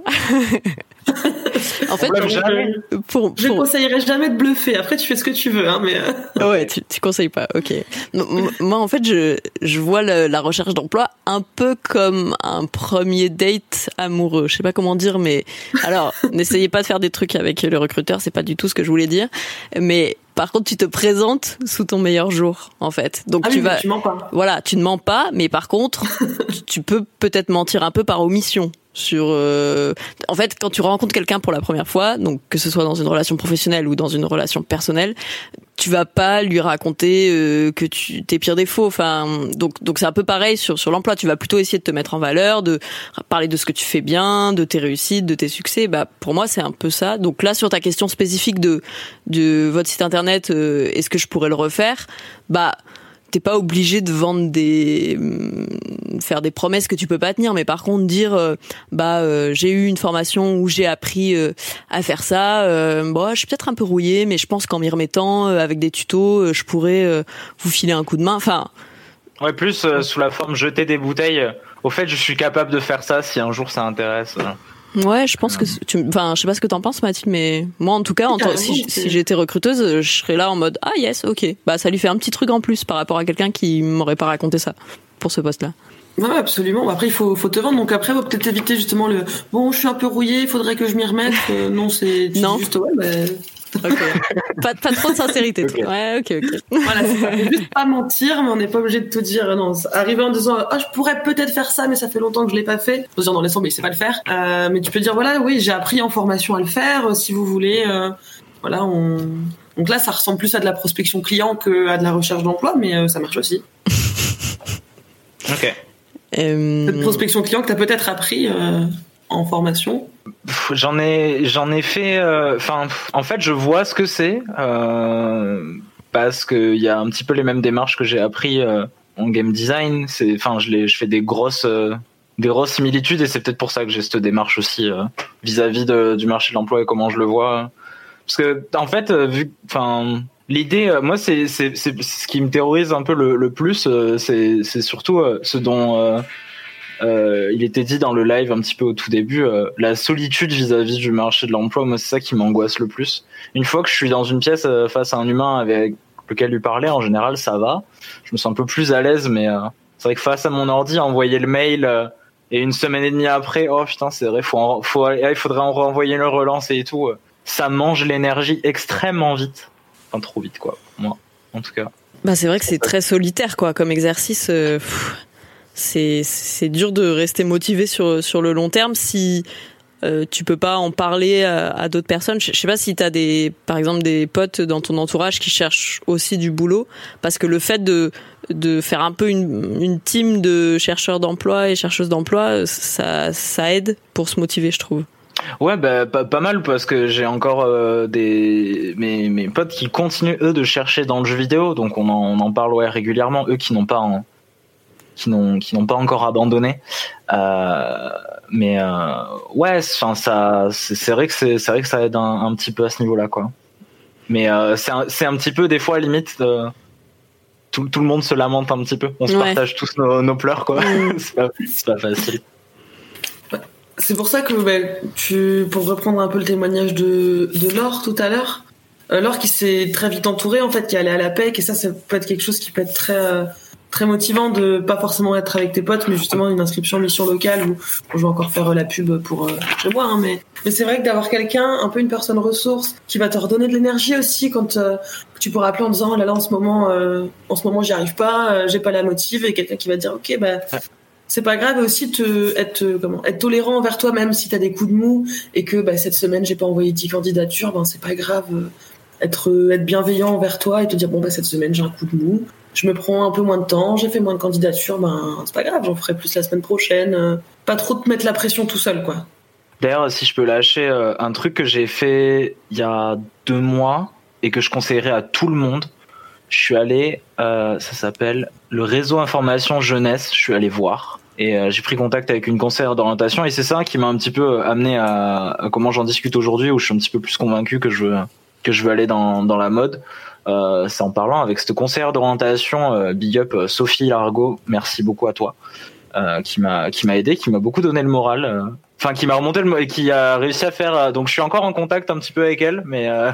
En fait, on jamais. Pour, pour... je conseillerais jamais de bluffer. Après, tu fais ce que tu veux, hein, mais. Ouais, tu, tu conseilles pas. Ok. Moi, en fait, je, je vois le, la recherche d'emploi un peu comme un premier date amoureux. Je sais pas comment dire, mais alors, n'essayez pas de faire des trucs avec le recruteur. C'est pas du tout ce que je voulais dire. Mais par contre, tu te présentes sous ton meilleur jour, en fait. Donc ah tu oui, vas, tu mens pas. Voilà, tu ne mens pas, mais par contre, tu peux peut-être mentir un peu par omission. Sur, euh... en fait, quand tu rencontres quelqu'un pour la première fois, donc que ce soit dans une relation professionnelle ou dans une relation personnelle, tu vas pas lui raconter euh, que tu tes pires défauts. Enfin, donc donc c'est un peu pareil sur sur l'emploi. Tu vas plutôt essayer de te mettre en valeur, de parler de ce que tu fais bien, de tes réussites, de tes succès. Bah pour moi c'est un peu ça. Donc là sur ta question spécifique de de votre site internet, euh, est-ce que je pourrais le refaire? Bah t'es pas obligé de vendre des, faire des promesses que tu peux pas tenir, mais par contre dire, euh, bah euh, j'ai eu une formation où j'ai appris euh, à faire ça. Euh, bon, je suis peut-être un peu rouillée, mais je pense qu'en m'y remettant euh, avec des tutos, euh, je pourrais euh, vous filer un coup de main. Enfin. Ouais, plus euh, sous la forme jeter des bouteilles. Au fait, je suis capable de faire ça si un jour ça intéresse. Ouais, je pense que tu, enfin, je sais pas ce que t'en penses, Mathilde, mais moi, en tout cas, en t- si, si j'étais recruteuse, je serais là en mode ah yes, ok, bah ça lui fait un petit truc en plus par rapport à quelqu'un qui m'aurait pas raconté ça pour ce poste-là. Ouais, absolument. Après, il faut, faut te vendre. Donc après, faut peut-être éviter justement le bon, je suis un peu rouillé, il faudrait que je m'y remette. Euh, non, c'est tu non. dis juste ouais, bah. Okay. pas, pas trop de sincérité. Okay. Ouais, ok, ok. Voilà, c'est ça. Juste pas mentir, mais on n'est pas obligé de tout dire. Non, arriver en disant ah, je pourrais peut-être faire ça, mais ça fait longtemps que je l'ai pas fait. Faut se dire non, laisse tomber, c'est pas le faire. Euh, mais tu peux dire voilà, oui, j'ai appris en formation à le faire. Si vous voulez, euh, voilà, on. Donc là, ça ressemble plus à de la prospection client que à de la recherche d'emploi, mais euh, ça marche aussi. Ok. Euh... Cette prospection client que t'as peut-être appris euh, en formation. J'en ai, j'en ai fait. Enfin, euh, en fait, je vois ce que c'est euh, parce que il y a un petit peu les mêmes démarches que j'ai appris euh, en game design. C'est, enfin, je les, je fais des grosses, euh, des grosses similitudes et c'est peut-être pour ça que j'ai cette démarche aussi euh, vis-à-vis de, du marché de l'emploi et comment je le vois. Parce que, en fait, euh, vu, enfin. L'idée, euh, moi, c'est, c'est, c'est, c'est ce qui me terrorise un peu le, le plus. Euh, c'est, c'est surtout euh, ce dont euh, euh, il était dit dans le live un petit peu au tout début, euh, la solitude vis-à-vis du marché de l'emploi. Moi, c'est ça qui m'angoisse le plus. Une fois que je suis dans une pièce euh, face à un humain avec lequel lui parler, en général, ça va. Je me sens un peu plus à l'aise, mais euh, c'est vrai que face à mon ordi, envoyer le mail euh, et une semaine et demie après, oh putain, c'est vrai, faut, en, faut, il faudrait en renvoyer le relance et tout. Euh, ça mange l'énergie extrêmement vite. Enfin, trop vite, quoi. Moi, en tout cas. Bah, c'est vrai que c'est très solitaire, quoi, comme exercice. Euh, pff, c'est, c'est dur de rester motivé sur, sur le long terme si euh, tu peux pas en parler à, à d'autres personnes. Je sais pas si t'as des, par exemple, des potes dans ton entourage qui cherchent aussi du boulot, parce que le fait de, de faire un peu une, une team de chercheurs d'emploi et chercheuses d'emploi, ça, ça aide pour se motiver, je trouve. Ouais, bah, pas, pas mal parce que j'ai encore euh, des mes, mes potes qui continuent eux de chercher dans le jeu vidéo, donc on en, on en parle ouais régulièrement, eux qui n'ont pas en, qui n'ont qui n'ont pas encore abandonné. Euh, mais euh, ouais, enfin ça, c'est, c'est vrai que c'est c'est vrai que ça aide un, un petit peu à ce niveau-là, quoi. Mais euh, c'est un, c'est un petit peu des fois limite. Euh, tout tout le monde se lamente un petit peu. On se ouais. partage tous nos, nos pleurs, quoi. Mmh. c'est, pas, c'est pas facile. C'est pour ça que bah, tu, pour reprendre un peu le témoignage de, de Laure tout à l'heure, euh, Laure qui s'est très vite entourée en fait, qui est allée à la P E C, et ça, ça peut être quelque chose qui peut être très euh, très motivant de pas forcément être avec tes potes, mais justement une inscription mission locale où je vais encore faire euh, la pub pour euh, chez moi, hein, mais mais c'est vrai que d'avoir quelqu'un, un peu une personne ressource, qui va te redonner de l'énergie aussi quand euh, tu pourras appeler en disant oh là là en ce moment euh, en ce moment j'y arrive pas, euh, j'ai pas la motive, et quelqu'un qui va te dire ok bah ouais. C'est pas grave, aussi te, être, comment, être tolérant envers toi-même si t'as des coups de mou et que bah, cette semaine j'ai pas envoyé dix candidatures, ben c'est pas grave. Être, être bienveillant envers toi et te dire bon bah cette semaine j'ai un coup de mou, je me prends un peu moins de temps, j'ai fait moins de candidatures, ben c'est pas grave, j'en ferai plus la semaine prochaine. Pas trop te mettre la pression tout seul, quoi. D'ailleurs, si je peux lâcher euh, un truc que j'ai fait il y a deux mois et que je conseillerais à tout le monde. Je suis allé, euh, ça s'appelle le réseau information jeunesse. Je suis allé voir et euh, j'ai pris contact avec une conseillère d'orientation et c'est ça qui m'a un petit peu amené à, à comment j'en discute aujourd'hui, où je suis un petit peu plus convaincu que je veux que je veux aller dans dans la mode. Euh, c'est en parlant avec cette conseillère d'orientation, euh, big up euh, Sophie Largo, merci beaucoup à toi, euh, qui m'a qui m'a aidé, qui m'a beaucoup donné le moral. Euh, Enfin, qui m'a remonté le, et qui a réussi à faire. Donc, je suis encore en contact un petit peu avec elle, mais euh...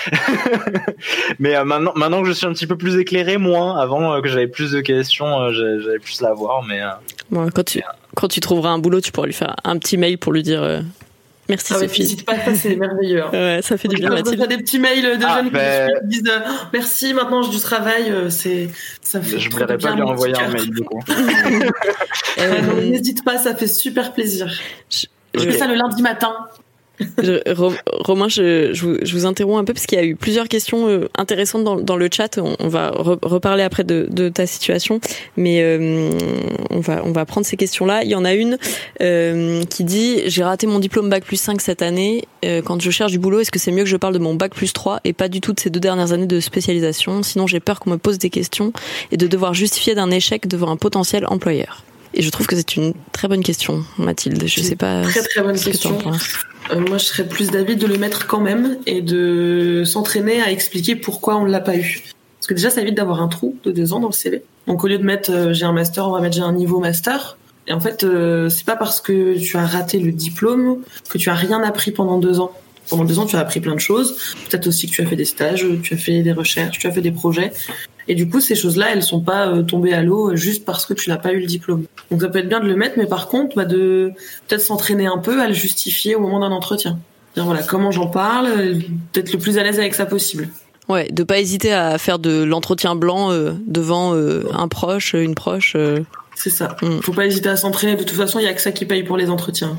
mais euh, maintenant, maintenant que je suis un petit peu plus éclairé, moins. Avant euh, que j'avais plus de questions, euh, j'avais, j'avais plus la voir, mais. Euh... Bon, quand tu quand tu trouveras un boulot, tu pourras lui faire un petit mail pour lui dire. Euh... Merci ah Sophie. N'hésite pas, ça c'est merveilleux. Hein. Ouais, ça fait du bien. Mathilde. Quand t'as des petits mails de ah, jeunes ben... qui disent euh, merci, maintenant j'ai du travail, euh, c'est ça fait. Je voudrais pas lui envoyer un mail du coup. euh, non, n'hésite pas, ça fait super plaisir. Je, je fais ça le lundi matin. Je, Romain, je, je, vous, je vous interromps un peu parce qu'il y a eu plusieurs questions euh, intéressantes dans, dans le chat. On, on va re, reparler après de, de ta situation, mais euh, on va on va prendre ces questions-là. Il y en a une euh, qui dit « J'ai raté mon diplôme bac plus cinq cette année. Euh, quand je cherche du boulot, est-ce que c'est mieux que je parle de mon bac plus trois et pas du tout de ces deux dernières années de spécialisation? Sinon, j'ai peur qu'on me pose des questions et de devoir justifier d'un échec devant un potentiel employeur. » Et je trouve que c'est une très bonne question, Mathilde. Je sais pas. Très très bonne question. Euh, moi, je serais plus d'avis de le mettre quand même et de s'entraîner à expliquer pourquoi on l'a pas eu. Parce que déjà, ça évite d'avoir un trou de deux ans dans le C V. Donc, au lieu de mettre euh, j'ai un master, on va mettre j'ai un niveau master. Et en fait, euh, c'est pas parce que tu as raté le diplôme que tu as rien appris pendant deux ans. Pendant deux ans, tu as appris plein de choses. Peut-être aussi que tu as fait des stages, tu as fait des recherches, tu as fait des projets. Et du coup, ces choses-là, elles sont pas euh, tombées à l'eau juste parce que tu n'as pas eu le diplôme. Donc ça peut être bien de le mettre, mais par contre, bah, de peut-être s'entraîner un peu à le justifier au moment d'un entretien. Dire voilà comment j'en parle, peut-être le plus à l'aise avec ça possible. Ouais, de pas hésiter à faire de l'entretien blanc euh, devant euh, un proche, une proche. Euh... C'est ça. Mm. Faut pas hésiter à s'entraîner. De toute façon, il y a que ça qui paye pour les entretiens.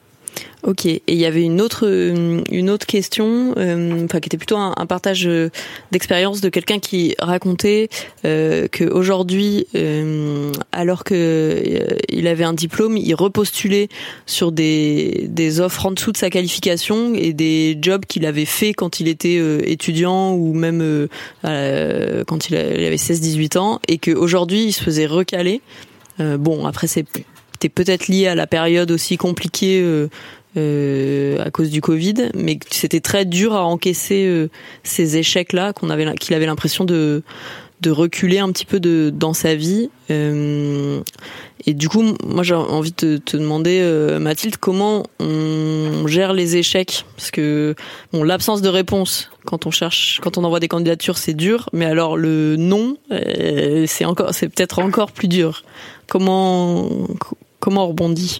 Ok. Et il y avait une autre une autre question, euh, enfin qui était plutôt un, un partage d'expérience de quelqu'un qui racontait euh, que aujourd'hui, euh, alors que euh, il avait un diplôme, il repostulait sur des des offres en dessous de sa qualification et des jobs qu'il avait fait quand il était euh, étudiant ou même euh, euh, quand il, a, il avait seize dix-huit ans et que aujourd'hui il se faisait recaler. Euh, bon, après c'est c'était peut-être lié à la période aussi compliquée. Euh, Euh, à cause du Covid, mais c'était très dur à encaisser euh, ces échecs-là, qu'on avait, qu'il avait l'impression de de reculer un petit peu de dans sa vie. Euh, et du coup, moi j'ai envie de te, te demander, euh, Mathilde, comment on gère les échecs, parce que bon, l'absence de réponse quand on cherche, quand on envoie des candidatures, c'est dur, mais alors le non, euh, c'est encore, c'est peut-être encore plus dur. Comment comment on rebondit?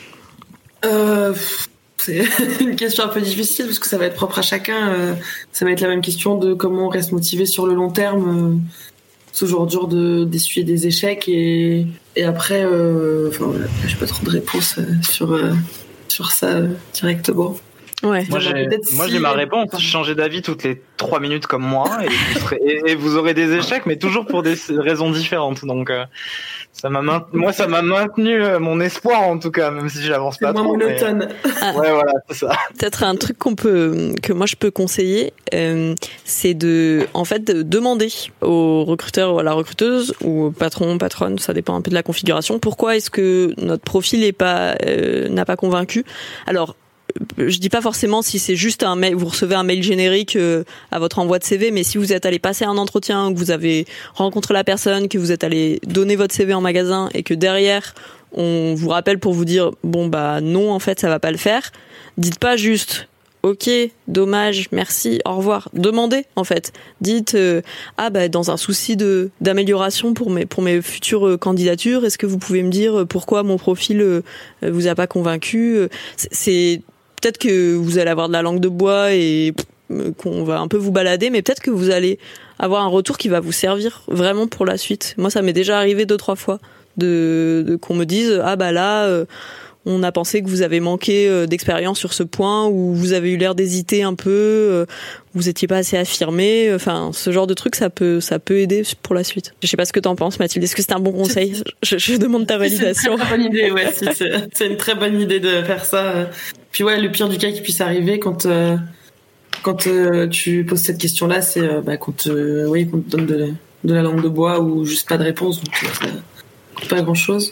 Euh, c'est une question un peu difficile parce que ça va être propre à chacun. Euh, ça va être la même question de comment on reste motivé sur le long terme. Euh, ce jour dur de d'essuyer des échecs et et après, euh, enfin, voilà, j'ai pas trop de réponses euh, sur euh, sur ça euh, directement. Ouais. Moi, j'ai, moi, j'ai ma réponse. Changez d'avis toutes les trois minutes comme moi et vous, serez, et, et vous aurez des échecs, mais toujours pour des raisons différentes. Donc, euh, ça m'a maintenu, moi, ça m'a maintenu mon espoir en tout cas, même si j'avance pas c'est trop. Moins monotone. Mais... Ah. Ouais, voilà, c'est ça. Peut-être un truc qu'on peut, que moi je peux conseiller, euh, c'est de, en fait, de demander au recruteur ou à la recruteuse ou au patron, patronne, ça dépend un peu de la configuration. Pourquoi est-ce que notre profil est pas, euh, n'a pas convaincu? Alors. Je dis pas forcément si c'est juste un mail, vous recevez un mail générique euh, à votre envoi de C V, mais si vous êtes allé passer un entretien, que vous avez rencontré la personne, que vous êtes allé donner votre C V en magasin et que derrière on vous rappelle pour vous dire bon bah non en fait ça va pas le faire, dites pas juste ok, dommage, merci, au revoir. Demandez en fait. Dites euh, ah bah dans un souci de d'amélioration pour mes pour mes futures candidatures, est-ce que vous pouvez me dire pourquoi mon profil euh, vous a pas convaincu? C'est, c'est peut-être que vous allez avoir de la langue de bois et pff, qu'on va un peu vous balader, mais peut-être que vous allez avoir un retour qui va vous servir vraiment pour la suite. Moi, ça m'est déjà arrivé deux trois fois de, de qu'on me dise ah bah là. Euh, On a pensé que vous avez manqué d'expérience sur ce point, ou vous avez eu l'air d'hésiter un peu, vous étiez pas assez affirmé. Enfin, ce genre de truc, ça peut, ça peut aider pour la suite. Je sais pas ce que t'en penses, Mathilde. Est-ce que c'est un bon conseil? je, je demande ta validation. C'est une très bonne idée, ouais. c'est, c'est, c'est une très bonne idée de faire ça. Puis ouais, le pire du cas qui puisse arriver quand euh, quand euh, tu poses cette question-là, c'est euh, bah, quand, euh, oui, qu'on te donne de, de la langue de bois ou juste pas de réponse, donc euh, pas grand-chose.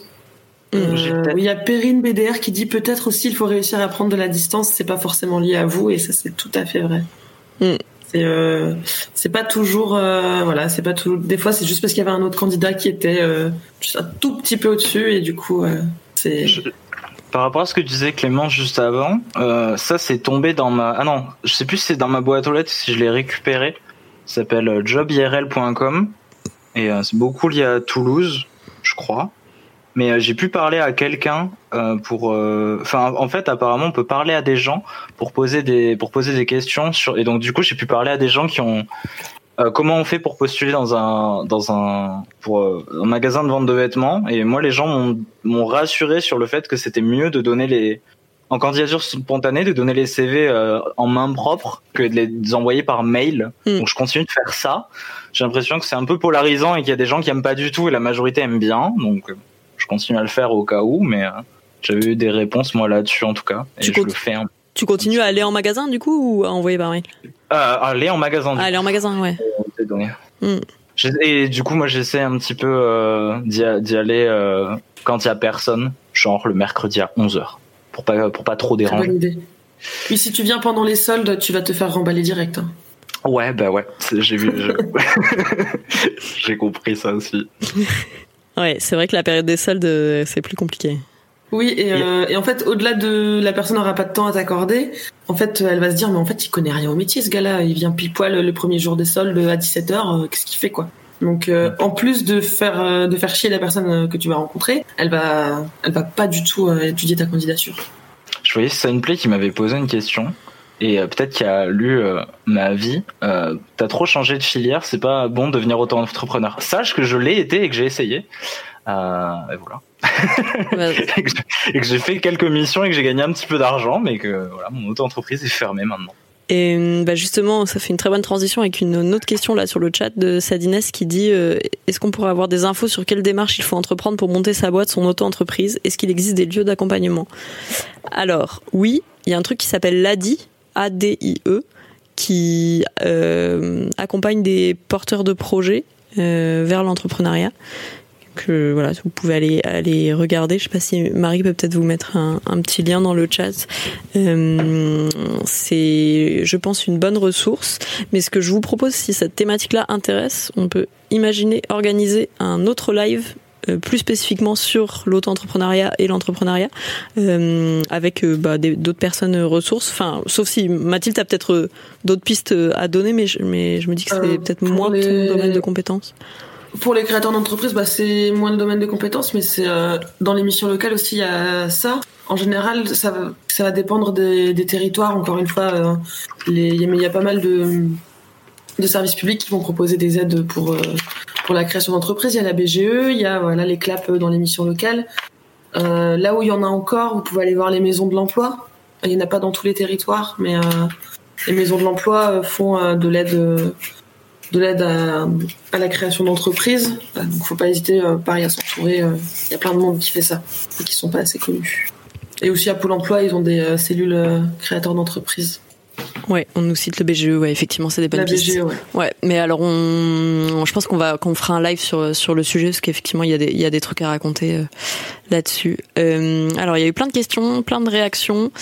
Euh, il y a Perrine B D R qui dit peut-être aussi il faut réussir à prendre de la distance, c'est pas forcément lié à vous, et ça c'est tout à fait vrai. Mm. C'est euh, c'est pas toujours euh, voilà, c'est pas tout. Des fois c'est juste parce qu'il y avait un autre candidat qui était euh, juste un tout petit peu au-dessus et du coup euh, c'est. Je... Par rapport à ce que disait Clément juste avant, euh, ça c'est tombé dans ma ah non, je sais plus si c'est dans ma boîte aux lettres si je l'ai récupéré. Ça s'appelle job I R L point com et euh, c'est beaucoup lié à Toulouse, je crois. Mais euh, j'ai pu parler à quelqu'un euh, pour, enfin, euh, en fait, apparemment, on peut parler à des gens pour poser des, pour poser des questions sur. Et donc, du coup, j'ai pu parler à des gens qui ont. Euh, comment on fait pour postuler dans un, dans un, pour euh, un magasin de vente de vêtements. Et moi, les gens m'ont, m'ont rassuré sur le fait que c'était mieux de donner les, en candidature spontanée de donner les C V euh, en main propre que de les envoyer par mail. Mm. Donc je continue de faire ça. J'ai l'impression que c'est un peu polarisant et qu'il y a des gens qui aiment pas du tout et la majorité aime bien. Donc euh, je continue à le faire au cas où, mais euh, j'avais eu des réponses moi là-dessus en tout cas. Et tu je le fais. Un... Tu continues à aller en magasin du coup ou à envoyer par mail? euh, Aller en magasin. Ah, aller en magasin, ouais. Euh, donné. Mm. Et du coup, moi, j'essaie un petit peu euh, d'y, d'y aller euh, quand il y a personne, genre le mercredi à onze heures, pour pas pour pas trop déranger. Bonne idée. Puis si tu viens pendant les soldes, tu vas te faire remballer direct. Hein. Ouais, bah ouais, j'ai vu, j'ai compris ça aussi. Ouais, c'est vrai que la période des soldes, c'est plus compliqué. Oui, et, euh, et en fait, au-delà de la personne n'aura pas de temps à t'accorder, en fait, elle va se dire, mais en fait, il connaît rien au métier, ce gars-là. Il vient pile poil le premier jour des soldes à dix-sept heures. Euh, qu'est-ce qu'il fait, quoi? Donc, euh, en plus de faire euh, de faire chier la personne que tu vas rencontrer, elle va, elle va pas du tout euh, étudier ta candidature. Je voyais Sunplay qui m'avait posé une question. Et euh, peut-être qu'il a lu euh, ma vie. Euh, t'as trop changé de filière, c'est pas bon de devenir auto-entrepreneur. Sache que je l'ai été et que j'ai essayé. Euh, et voilà. et, que et que j'ai fait quelques missions et que j'ai gagné un petit peu d'argent, mais que voilà, mon auto-entreprise est fermée maintenant. Et bah justement, ça fait une très bonne transition avec une, une autre question là sur le chat de Sadines qui dit euh, est-ce qu'on pourrait avoir des infos sur quelle démarche il faut entreprendre pour monter sa boîte, son auto-entreprise? Est-ce qu'il existe des lieux d'accompagnement? Alors, oui, il y a un truc qui s'appelle l'A D I, A D I E, qui euh, accompagne des porteurs de projets euh, vers l'entrepreneuriat. Que voilà, vous pouvez aller aller regarder. Je sais pas si Marie peut peut-être vous mettre un, un petit lien dans le chat. Euh, c'est, je pense, une bonne ressource. Mais ce que je vous propose, si cette thématique-là intéresse, on peut imaginer organiser un autre live euh, plus spécifiquement sur l'auto-entrepreneuriat et l'entrepreneuriat, euh, avec euh, bah, des, d'autres personnes euh, ressources. Enfin, sauf si Mathilde a peut-être euh, d'autres pistes à donner, mais je, mais je me dis que c'est euh, peut-être moins les... ton domaine de compétences. Pour les créateurs d'entreprise, bah, c'est moins le domaine de compétences, mais c'est euh, dans les missions locales aussi, il y a ça. En général, ça va, ça va dépendre des, des territoires. Encore une fois, euh, les, il y a pas mal de, de services publics qui vont proposer des aides pour, euh, pour la création d'entreprise. Il y a la B G E, il y a voilà, les C L A P dans les missions locales. Euh, là où il y en a encore, vous pouvez aller voir les maisons de l'emploi. Il n'y en a pas dans tous les territoires, mais euh, les maisons de l'emploi font euh, de l'aide... Euh, de l'aide à, à la création d'entreprises. Donc, faut pas hésiter, euh, pareil, à s'entourer. Il euh, y a plein de monde qui fait ça et qui sont pas assez connus. Et aussi à Pôle emploi, ils ont des euh, cellules euh, créateurs d'entreprises. Ouais, on nous cite le B G E, ouais, effectivement, c'est des bonnes la pistes. B G E, ouais. Ouais, mais alors on, je pense qu'on va, qu'on fera un live sur sur le sujet parce qu'effectivement il y a des, il y a des trucs à raconter euh, là-dessus. Euh, alors il y a eu plein de questions, plein de réactions.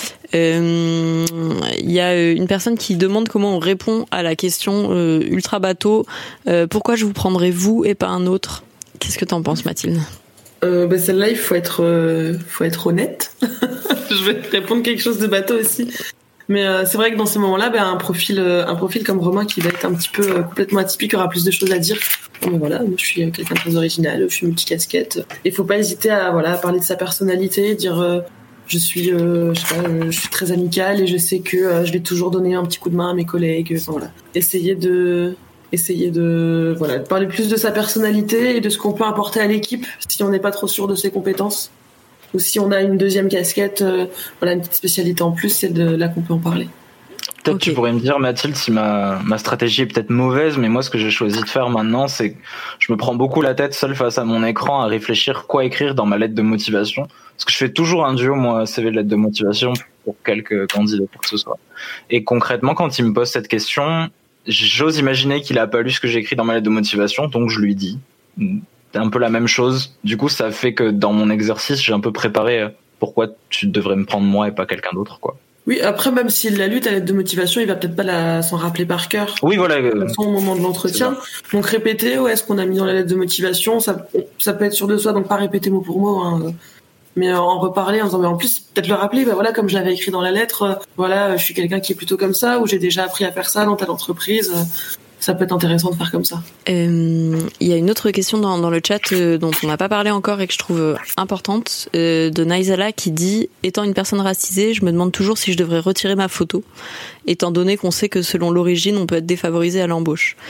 Euh, il y a une personne qui demande comment on répond à la question euh, ultra bateau. Euh, pourquoi je vous prendrai vous et pas un autre? Qu'est-ce que t'en penses, Mathilde? Euh, bah celle-là, il faut être, euh, faut être honnête. Je vais répondre quelque chose de bateau aussi. Mais euh, c'est vrai que dans ces moments-là, ben, un profil, euh, un profil comme Romain qui va être un petit peu euh, complètement atypique aura plus de choses à dire. Mais voilà, moi je suis euh, quelqu'un de très original, je suis multicasquette. Et faut pas hésiter à voilà à parler de sa personnalité, dire euh, je suis, euh, je sais pas, euh, je suis très amicale et je sais que euh, je vais toujours donner un petit coup de main à mes collègues. Enfin, voilà, essayer de, essayer de, voilà, de parler plus de sa personnalité et de ce qu'on peut apporter à l'équipe si on n'est pas trop sûr de ses compétences. Ou si on a une deuxième casquette, euh, voilà, une petite spécialité en plus, c'est de là qu'on peut en parler. Peut-être okay. Tu pourrais me dire, Mathilde, si ma, ma stratégie est peut-être mauvaise, mais moi, ce que j'ai choisi de faire maintenant, c'est que je me prends beaucoup la tête seul face à mon écran à réfléchir quoi écrire dans ma lettre de motivation. Parce que je fais toujours un duo, moi, C V de lettre de motivation pour quelques candidats, pour que ce soit. Et concrètement, quand il me pose cette question, j'ose imaginer qu'il a pas lu ce que j'ai écrit dans ma lettre de motivation, donc je lui dis. C'est un peu la même chose. Du coup, ça fait que dans mon exercice, j'ai un peu préparé pourquoi tu devrais me prendre moi et pas quelqu'un d'autre, quoi. Oui, après, même s'il l'a lu, ta lettre de motivation, il va peut-être pas la, s'en rappeler par cœur. Oui, voilà. Euh, au moment de l'entretien. Donc, répéter, ouais, ce qu'on a mis dans la lettre de motivation, ça, ça peut être sûr de soi, donc pas répéter mot pour mot, hein. Mais en reparler en disant, mais en plus, peut-être le rappeler, bah voilà, comme je l'avais écrit dans la lettre, euh, voilà, je suis quelqu'un qui est plutôt comme ça, ou j'ai déjà appris à faire ça dans telle entreprise. Euh, Ça peut être intéressant de faire comme ça. Il euh, y a une autre question dans, dans le chat euh, dont on n'a pas parlé encore et que je trouve importante, euh, de Naïzala qui dit « Étant une personne racisée, je me demande toujours si je devrais retirer ma photo, étant donné qu'on sait que selon l'origine, on peut être défavorisé à l'embauche.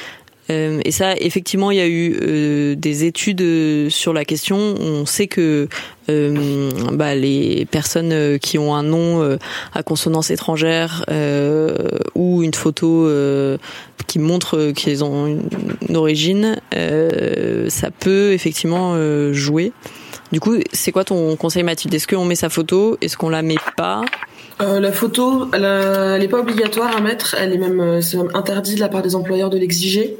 Euh, et ça, effectivement, il y a eu euh, des études sur la question. On sait que euh, bah, les personnes qui ont un nom euh, à consonance étrangère euh, ou une photo euh, qui montre qu'ils ont une, une origine, euh, ça peut effectivement euh, jouer. Du coup, c'est quoi ton conseil, Mathilde? Est-ce qu'on met sa photo? Est-ce qu'on la met pas? Euh, la photo, elle, a, elle est pas obligatoire à mettre. Elle est même, c'est même interdit de la part des employeurs de l'exiger.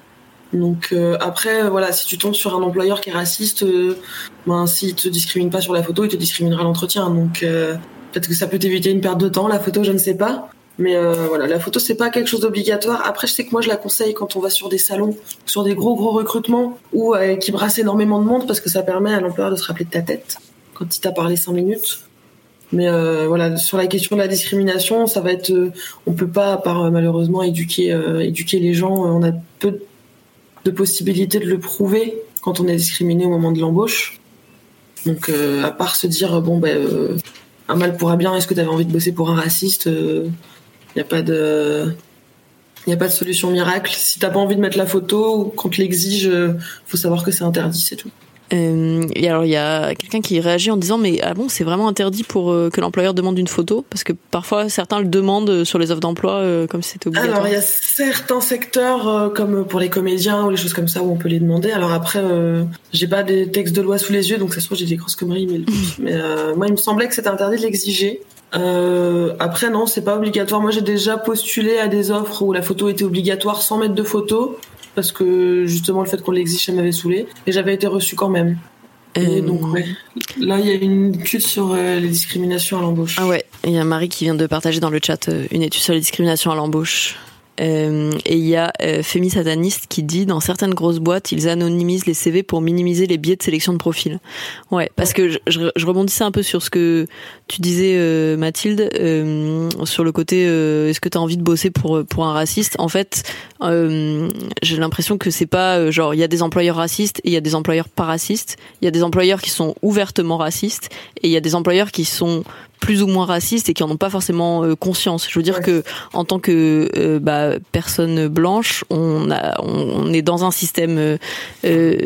Donc euh, après, euh, voilà, si tu tombes sur un employeur qui est raciste, euh, ben s'il te discrimine pas sur la photo, il te discriminera à l'entretien. Donc euh, peut-être que ça peut t'éviter une perte de temps. La photo, je ne sais pas. Mais euh, voilà, la photo, c'est pas quelque chose d'obligatoire. Après, je sais que moi, je la conseille quand on va sur des salons, sur des gros gros recrutements ou euh, qui brassent énormément de monde, parce que ça permet à l'employeur de se rappeler de ta tête quand il t'a parlé cinq minutes. Mais euh, voilà, sur la question de la discrimination, ça va être, euh, on peut pas, à part euh, malheureusement éduquer, euh, éduquer les gens. On a peu de possibilités de le prouver quand on est discriminé au moment de l'embauche. Donc, euh, à part se dire bon ben, euh, un mal pour un bien, est-ce que tu avais envie de bosser pour un raciste? Il euh, y a pas de, il y a pas de solution miracle. Si t'as pas envie de mettre la photo ou qu'on te l'exige, euh, faut savoir que c'est interdit, c'est tout. Euh, et alors il y a quelqu'un qui réagit en disant mais ah bon, c'est vraiment interdit pour euh, que l'employeur demande une photo, parce que parfois certains le demandent sur les offres d'emploi euh, comme si c'était obligatoire. Alors il y a certains secteurs euh, comme pour les comédiens ou les choses comme ça où on peut les demander. Alors après euh, j'ai pas des textes de loi sous les yeux, donc ça se trouve j'ai des grosses conneries, mais, mais euh, moi il me semblait que c'était interdit de l'exiger. Euh, après non, c'est pas obligatoire. Moi j'ai déjà postulé à des offres où la photo était obligatoire sans mettre de photo, parce que justement le fait qu'on l'exige, ça m'avait saoulé, et j'avais été reçue quand même. Et euh... donc ouais, là il y a une étude sur euh, les discriminations à l'embauche. Ah ouais, il y a Marie qui vient de partager dans le chat euh, une étude sur les discriminations à l'embauche. Euh, et il y a euh, Fémi Sataniste qui dit dans certaines grosses boîtes ils anonymisent les C V pour minimiser les biais de sélection de profil. Ouais, parce que je, je, je rebondissais un peu sur ce que tu disais euh, Mathilde, euh, sur le côté euh, est-ce que t'as envie de bosser pour pour un raciste. En fait euh, j'ai l'impression que c'est pas euh, genre il y a des employeurs racistes et il y a des employeurs pas racistes. Il y a des employeurs qui sont ouvertement racistes et il y a des employeurs qui sont plus ou moins racistes et qui en ont pas forcément euh, conscience. Je veux dire ouais. que en tant que euh, bah, personne blanche, on, a, on, on est dans un système euh, euh,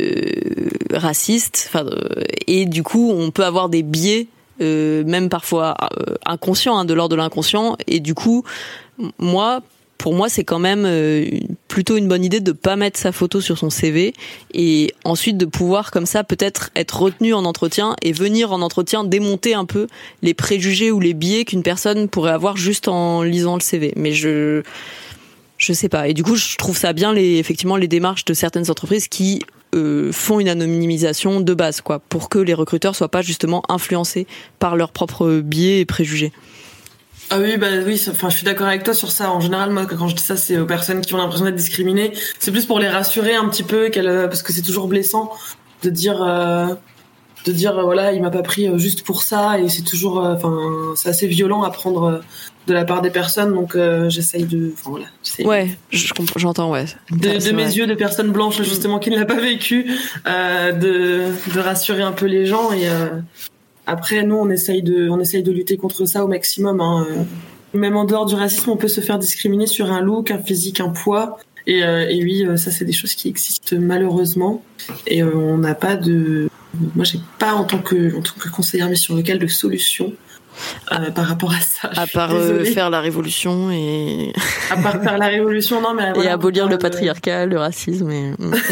raciste, enfin, euh, et du coup, on peut avoir des biais, euh, même parfois euh, inconscients, hein, de l'ordre de l'inconscient. Et du coup, moi. Pour moi, c'est quand même euh, plutôt une bonne idée de pas mettre sa photo sur son C V et ensuite de pouvoir comme ça peut-être être retenu en entretien et venir en entretien démonter un peu les préjugés ou les biais qu'une personne pourrait avoir juste en lisant le C V. Mais je je sais pas. Et du coup, je trouve ça bien les effectivement les démarches de certaines entreprises qui euh, font une anonymisation de base, quoi, pour que les recruteurs soient pas justement influencés par leurs propres biais et préjugés. Ah oui, bah oui, enfin, je suis d'accord avec toi sur ça. En général, moi, quand je dis ça, c'est aux personnes qui ont l'impression d'être discriminées. C'est plus pour les rassurer un petit peu, qu'elles, parce que c'est toujours blessant de dire, euh, de dire, voilà, il m'a pas pris juste pour ça, et c'est toujours, enfin, euh, c'est assez violent à prendre de la part des personnes. Donc, euh, j'essaye de, enfin voilà. Ouais, je comprends, j'entends, ouais. De, de mes vrai. yeux, de personnes blanches justement qui ne l'a pas vécu, euh, de, de rassurer un peu les gens et. Euh, Après, nous, on essaye de, on essaye de lutter contre ça au maximum. Hein. Même en dehors du racisme, on peut se faire discriminer sur un look, un physique, un poids. Et, euh, et oui, ça, c'est des choses qui existent malheureusement. Et euh, on n'a pas de... Moi, j'ai pas, en tant que, en tant que conseillère mission locale, de solution euh, par rapport à ça. À part euh, faire la révolution et... À part faire la révolution, non, mais... Voilà, et abolir le patriarcat, le racisme et...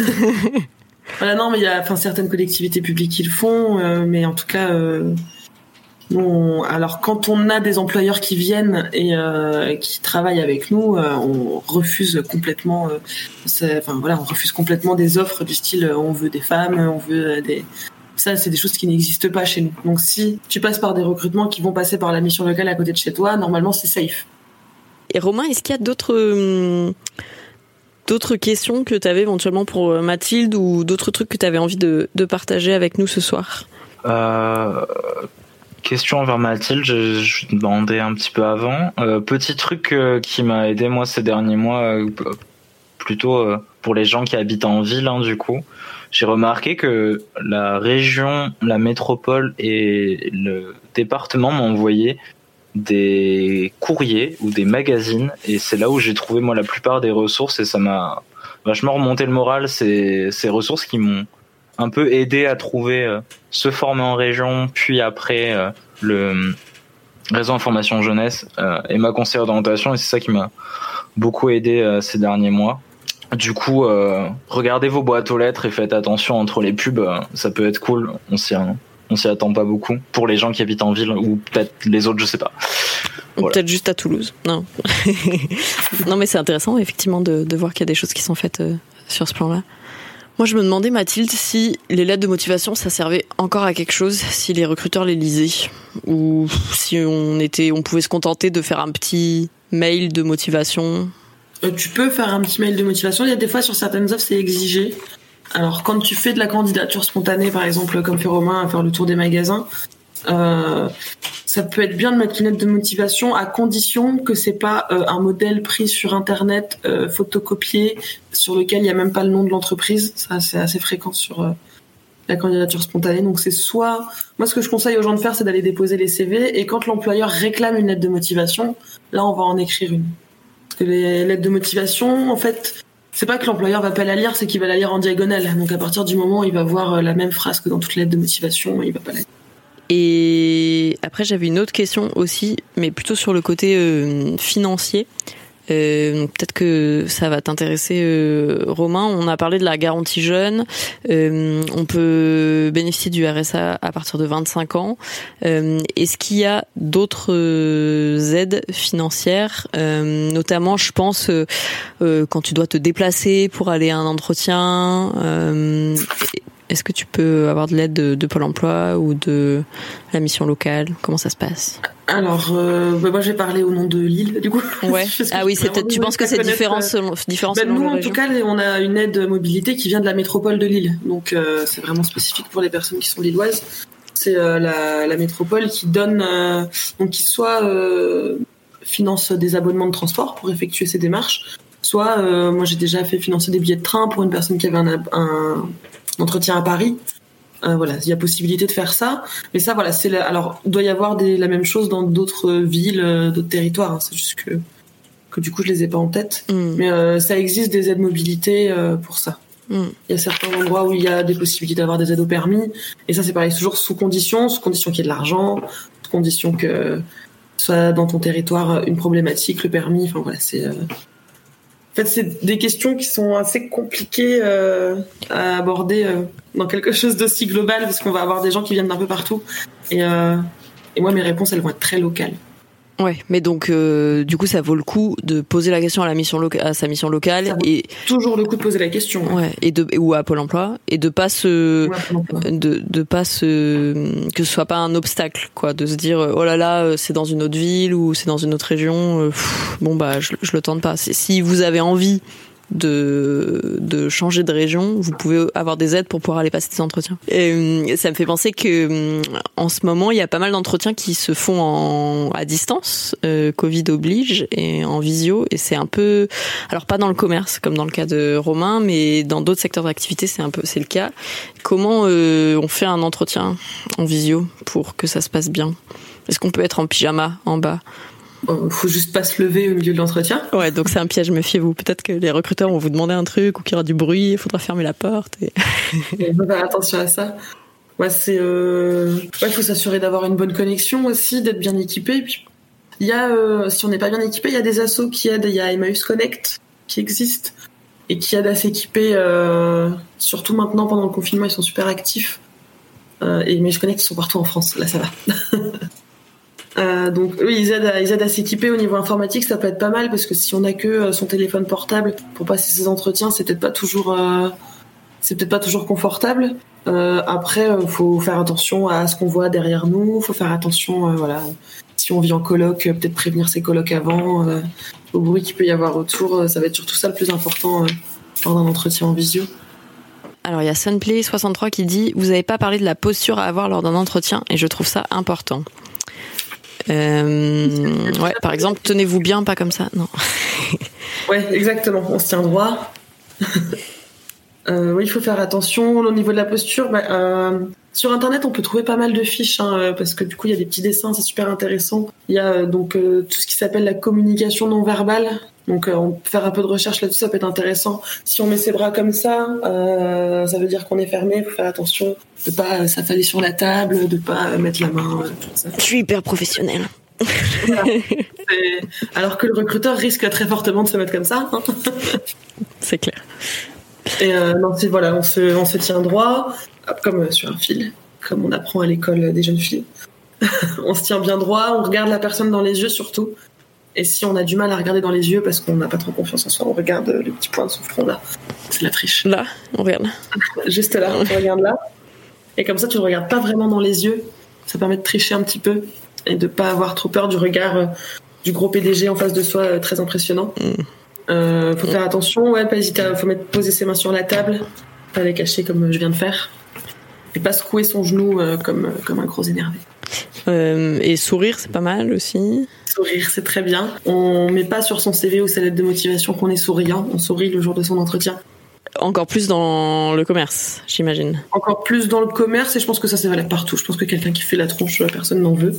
Voilà, non, mais il y a, enfin, certaines collectivités publiques qui le font, euh, mais en tout cas, euh, nous, on, alors quand on a des employeurs qui viennent et euh, qui travaillent avec nous, euh, on refuse complètement, euh, enfin voilà, on refuse complètement des offres du style, euh, on veut des femmes, on veut des, ça, c'est des choses qui n'existent pas chez nous. Donc si tu passes par des recrutements qui vont passer par la mission locale à côté de chez toi, normalement c'est safe. Et Romain, est-ce qu'il y a d'autres hum... d'autres questions que tu avais éventuellement pour Mathilde ou d'autres trucs que tu avais envie de, de partager avec nous ce soir? euh, Question envers Mathilde, je, je demandais un petit peu avant. Euh, petit truc euh, qui m'a aidé moi ces derniers mois, euh, plutôt euh, pour les gens qui habitent en ville, hein, du coup. J'ai remarqué que la région, la métropole et le département m'ont envoyé des courriers ou des magazines, et c'est là où j'ai trouvé moi la plupart des ressources, et ça m'a vachement remonté le moral. C'est ces ressources qui m'ont un peu aidé à trouver euh, se former en région, puis après euh, le réseau information jeunesse euh, et ma conseillère d'orientation, et c'est ça qui m'a beaucoup aidé euh, ces derniers mois. Du coup, euh, regardez vos boîtes aux lettres et faites attention entre les pubs, euh, ça peut être cool. On s'y, on s'y attend pas beaucoup pour les gens qui habitent en ville ou peut-être les autres, je sais pas. Ou Voilà. peut-être juste à Toulouse. Non. Non, mais c'est intéressant effectivement de, de voir qu'il y a des choses qui sont faites euh, sur ce plan-là. Moi, je me demandais, Mathilde, si les lettres de motivation, ça servait encore à quelque chose, si les recruteurs les lisaient, ou si on était, on pouvait se contenter de faire un petit mail de motivation. Euh, tu peux faire un petit mail de motivation. Il y a des fois sur certaines offres, c'est exigé. Alors, quand tu fais de la candidature spontanée, par exemple, comme fait Romain, à faire le tour des magasins, euh, ça peut être bien de mettre une lettre de motivation à condition que c'est pas euh, un modèle pris sur internet, euh, photocopié, sur lequel il y a même pas le nom de l'entreprise. Ça, c'est assez fréquent sur euh, la candidature spontanée. Donc c'est soit, moi ce que je conseille aux gens de faire, c'est d'aller déposer les C V, et quand l'employeur réclame une lettre de motivation, là on va en écrire une. Parce que les lettres de motivation, en fait, c'est pas que l'employeur va pas la lire, c'est qu'il va la lire en diagonale. Donc à partir du moment où il va voir la même phrase que dans toutes les lettres de motivation, il va pas la lire. Et après, j'avais une autre question aussi, mais plutôt sur le côté euh, financier. Euh, donc peut-être que ça va t'intéresser, euh, Romain. On a parlé de la garantie jeune. Euh, on peut bénéficier du R S A à partir de vingt-cinq ans. Euh, est-ce qu'il y a d'autres euh, aides financières, euh, notamment, je pense, euh, euh, quand tu dois te déplacer pour aller à un entretien. Euh, Est-ce que tu peux avoir de l'aide de, de Pôle emploi ou de la mission locale ? Comment ça se passe ? Alors, euh, bah moi j'ai parlé au nom de Lille, du coup. Ouais. Ah oui, c'est peut-être, tu penses que c'est différent selon, différent ben selon nous, les en régions ? tout cas, on a une aide mobilité qui vient de la métropole de Lille. Donc, euh, c'est vraiment spécifique pour les personnes qui sont lilloises. C'est euh, la, la métropole qui donne, euh, donc qui soit euh, finance des abonnements de transport pour effectuer ces démarches, soit, euh, moi j'ai déjà fait financer des billets de train pour une personne qui avait un, un entretien à Paris. Euh, voilà, il y a possibilité de faire ça, mais ça, voilà, c'est la... alors il doit y avoir des... la même chose dans d'autres villes, euh, d'autres territoires. Hein. C'est juste que que du coup je les ai pas en tête, mmh. mais euh, ça existe des aides mobilité euh, pour ça. Mmh. Il y a certains endroits où il y a des possibilités d'avoir des aides au permis, et ça c'est pareil, toujours sous condition, sous condition qu'il y ait de l'argent, sous condition que soit dans ton territoire une problématique, le permis. Enfin voilà, c'est euh... en fait, c'est des questions qui sont assez compliquées euh, à aborder euh, dans quelque chose d'aussi global, parce qu'on va avoir des gens qui viennent d'un peu partout. Et, euh, et moi, mes réponses, elles vont être très locales. Ouais, mais donc, euh, du coup, ça vaut le coup de poser la question à, la mission loca- à sa mission locale. Ça vaut et toujours le coup de poser la question. Ouais, ouais et de, ou à Pôle emploi, et de pas se, de, de pas se, que ce soit pas un obstacle, quoi, de se dire, oh là là, c'est dans une autre ville ou c'est dans une autre région, pff, bon bah, je, je le tente pas. Si vous avez envie de de changer de région, vous pouvez avoir des aides pour pouvoir aller passer des entretiens. Et ça me fait penser que en ce moment, il y a pas mal d'entretiens qui se font en à distance, euh, Covid oblige, et en visio, et c'est un peu, alors pas dans le commerce comme dans le cas de Romain, mais dans d'autres secteurs d'activité, c'est un peu c'est le cas. Comment euh, on fait un entretien en visio pour que ça se passe bien ? Est-ce qu'on peut être en pyjama en bas ? Euh, faut juste pas se lever au milieu de l'entretien. Ouais, donc c'est un piège, méfiez-vous. Peut-être que les recruteurs vont vous demander un truc ou qu'il y aura du bruit, il faudra fermer la porte. Et... On peut faire attention à ça. Ouais, c'est, euh... ouais, faut s'assurer d'avoir une bonne connexion aussi, d'être bien équipé. Et puis, il y a, euh, si on n'est pas bien équipé, il y a des assos qui aident. Il y a Emmaüs Connect qui existe et qui aident à s'équiper. Euh... Surtout maintenant, pendant le confinement, ils sont super actifs. Euh, et Emmaüs Connect, ils sont partout en France. Là, ça va. Euh, donc eux ils aident, à, ils aident à s'équiper au niveau informatique, ça peut être pas mal, parce que si on a que euh, son téléphone portable pour passer ses entretiens, c'est peut-être pas toujours euh, c'est peut-être pas toujours confortable. Euh, après euh, faut faire attention à ce qu'on voit derrière nous, faut faire attention euh, voilà, si on vit en coloc, euh, peut-être prévenir ses colocs avant, euh, au bruit qu'il peut y avoir autour, euh, ça va être surtout ça le plus important euh, lors d'un entretien en visio. Alors il y a Sunplay soixante-trois qui dit: vous avez pas parlé de la posture à avoir lors d'un entretien, et je trouve ça important. Euh, ouais, par exemple, tenez-vous bien, pas comme ça, non. Ouais, exactement, on se tient droit. euh, oui, il faut faire attention au niveau de la posture. Bah, euh, sur Internet, on peut trouver pas mal de fiches, hein, parce que du coup, il y a des petits dessins, c'est super intéressant. Il y a euh, donc euh, tout ce qui s'appelle la communication non verbale, Donc euh, on peut faire un peu de recherche là-dessus, ça peut être intéressant. Si on met ses bras comme ça, euh, ça veut dire qu'on est fermé. Il faut faire attention de pas s'affaler sur la table, de pas mettre la main. Euh, tout ça. Je suis hyper professionnelle. Voilà. Alors que le recruteur risque très fortement de se mettre comme ça. Hein. C'est clair. Et euh, non, c'est voilà, on se, on se tient droit, comme sur un fil, comme on apprend à l'école des jeunes filles. On se tient bien droit, on regarde la personne dans les yeux surtout. Et si on a du mal à regarder dans les yeux parce qu'on n'a pas trop confiance en soi, on regarde le petit point de son front là. C'est la triche. Là, on regarde. Juste là, on regarde là. Et comme ça, tu ne regardes pas vraiment dans les yeux. Ça permet de tricher un petit peu et de pas avoir trop peur du regard euh, du gros P D G en face de soi, euh, très impressionnant. Mm. Euh, faut mm. faire attention, ouais, pas hésiter à faut mettre, poser ses mains sur la table, pas les cacher comme je viens de faire. Et pas secouer son genou euh, comme, comme un gros énervé. Euh, et sourire, c'est pas mal aussi. Sourire, c'est très bien. On met pas sur son C V ou sa lettre de motivation qu'on est souriant. On sourit le jour de son entretien. Encore plus dans le commerce, j'imagine. Encore plus dans le commerce, et je pense que ça, c'est valable partout. Je pense que quelqu'un qui fait la tronche, personne n'en veut.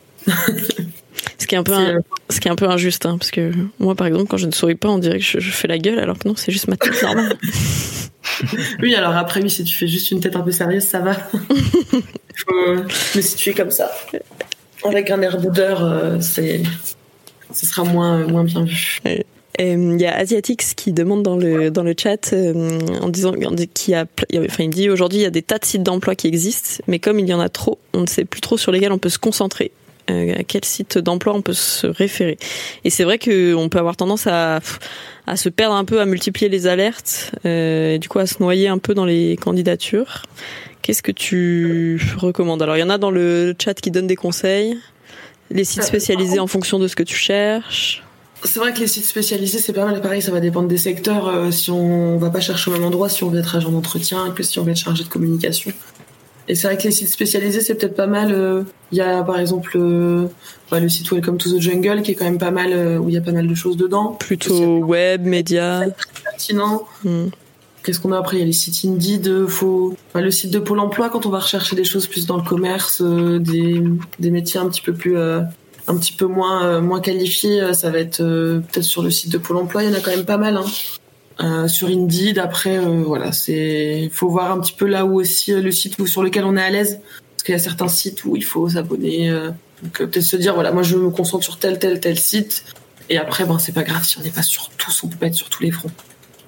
Ce qui est un peu, un, ce qui est un peu injuste, hein, parce que moi, par exemple, quand je ne souris pas, on dirait que je, je fais la gueule, alors que non, c'est juste ma tête normale. Oui, alors après, oui, si tu fais juste une tête un peu sérieuse, ça va. Il faut me situer comme ça. Avec un air boudeur, euh, c'est, ce sera moins, moins bien vu. Il y a Asiatix qui demande dans le dans le chat euh, en disant qu'il y a, enfin il dit aujourd'hui il y a des tas de sites d'emploi qui existent, mais comme il y en a trop, on ne sait plus trop sur lesquels on peut se concentrer. Euh, à quel site d'emploi on peut se référer. Et c'est vrai que on peut avoir tendance à à se perdre un peu, à multiplier les alertes, euh, et du coup à se noyer un peu dans les candidatures. Qu'est-ce que tu recommandes ? Alors il y en a dans le chat qui donnent des conseils, les sites spécialisés en fonction de ce que tu cherches. C'est vrai que les sites spécialisés, c'est pas mal. Pareil, ça va dépendre des secteurs. Euh, si on va pas chercher au même endroit, si on veut être agent d'entretien, que si on veut être chargé de communication. Et c'est vrai que les sites spécialisés, c'est peut-être pas mal. Il euh, y a par exemple euh, bah, le site Welcome to the Jungle, qui est quand même pas mal, euh, où il y a pas mal de choses dedans. Plutôt web, médias. Très pertinent. Hmm. Qu'est-ce qu'on a après ? Il y a les sites Indeed, faut... Enfin, le site de Pôle emploi, quand on va rechercher des choses plus dans le commerce, euh, des, des métiers un petit peu plus... Euh, un petit peu moins euh, moins qualifié, ça va être euh, peut-être sur le site de Pôle emploi, il y en a quand même pas mal, hein. Euh, sur Indeed, après euh, voilà, c'est il faut voir un petit peu là où aussi euh, le site où, sur lequel on est à l'aise, parce qu'il y a certains sites où il faut s'abonner, euh, donc euh, peut-être se dire voilà, moi je me concentre sur tel tel tel site, et après ben c'est pas grave si on n'est pas sur tous, on peut pas être sur tous les fronts.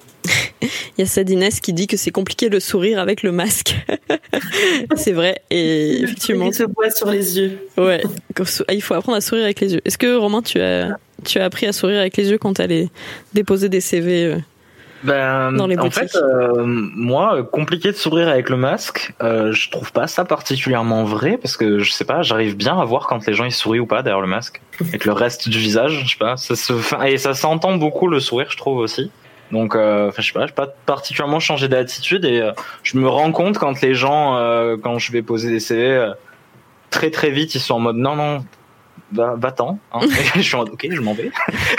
Il y a Sadines qui dit que c'est compliqué le sourire avec le masque. C'est vrai, et effectivement. Il se voit sur les yeux. Ouais, il faut apprendre à sourire avec les yeux. Est-ce que Romain, tu as, tu as appris à sourire avec les yeux quand tu allais déposer des C V ben, dans les boutiques ? En fait, euh, moi, compliqué de sourire avec le masque, euh, je trouve pas ça particulièrement vrai, parce que je sais pas, j'arrive bien à voir quand les gens ils sourient ou pas derrière le masque, avec le reste du visage, je sais pas, ça se, et ça s'entend beaucoup le sourire, je trouve aussi. Donc, euh, enfin, je sais pas, j'ai pas particulièrement changé d'attitude, et euh, je me rends compte quand les gens, euh, quand je vais poser des C V, euh, très très vite, ils sont en mode non non, va, va-t'en. Hein. Et je suis en mode ok, je m'en vais.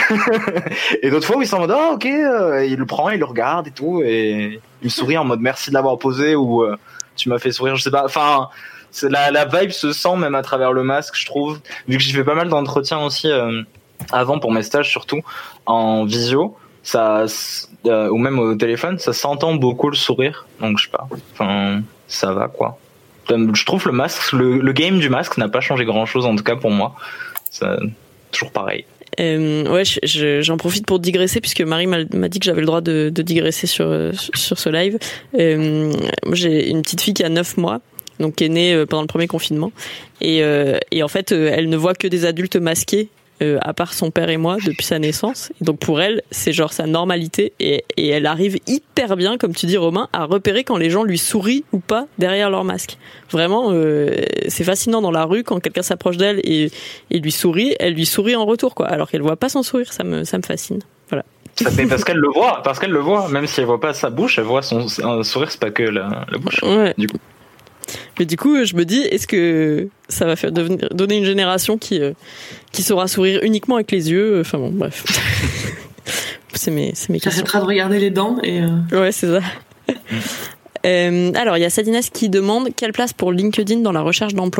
Et d'autres fois où ils sont en mode ah ok, euh, il le prend, il le regarde et tout, et il sourit en mode merci de l'avoir posé, ou euh, tu m'as fait sourire, je sais pas. Enfin, c'est la la vibe se sent même à travers le masque, je trouve. Vu que j'ai fait pas mal d'entretiens aussi euh, avant pour mes stages, surtout en visio. Ça, euh, ou même au téléphone, ça s'entend beaucoup le sourire, donc je sais pas, enfin ça va quoi. Je trouve le masque, le, le game du masque n'a pas changé grand chose, en tout cas pour moi, c'est toujours pareil. Euh, ouais, je, je, j'en profite pour digresser, puisque Marie m'a, m'a dit que j'avais le droit de, de digresser sur, sur ce live. Euh, moi j'ai une petite fille qui a neuf mois, donc qui est née pendant le premier confinement, et, euh, et en fait elle ne voit que des adultes masqués, Euh, à part son père et moi depuis sa naissance, et donc pour elle c'est genre sa normalité, et, et elle arrive hyper bien, comme tu dis Romain, à repérer quand les gens lui sourient ou pas derrière leur masque. Vraiment euh, c'est fascinant dans la rue quand quelqu'un s'approche d'elle et, et lui sourit, elle lui sourit en retour quoi, alors qu'elle voit pas son sourire. Ça me, ça me fascine, voilà. Ça fait parce qu'elle le voit, parce qu'elle le voit, même si elle voit pas sa bouche, elle voit son un sourire, c'est pas que la, la bouche. Ouais. Du coup. Mais du coup, je me dis, est-ce que ça va faire devenir, donner une génération qui euh, qui saura sourire uniquement avec les yeux ? Enfin bon, bref. c'est mes c'est mes questions. J'arrêterai de regarder les dents et. Euh... Ouais, c'est ça. euh, alors, il y a Sadines qui demande quelle place pour LinkedIn dans la recherche d'emploi.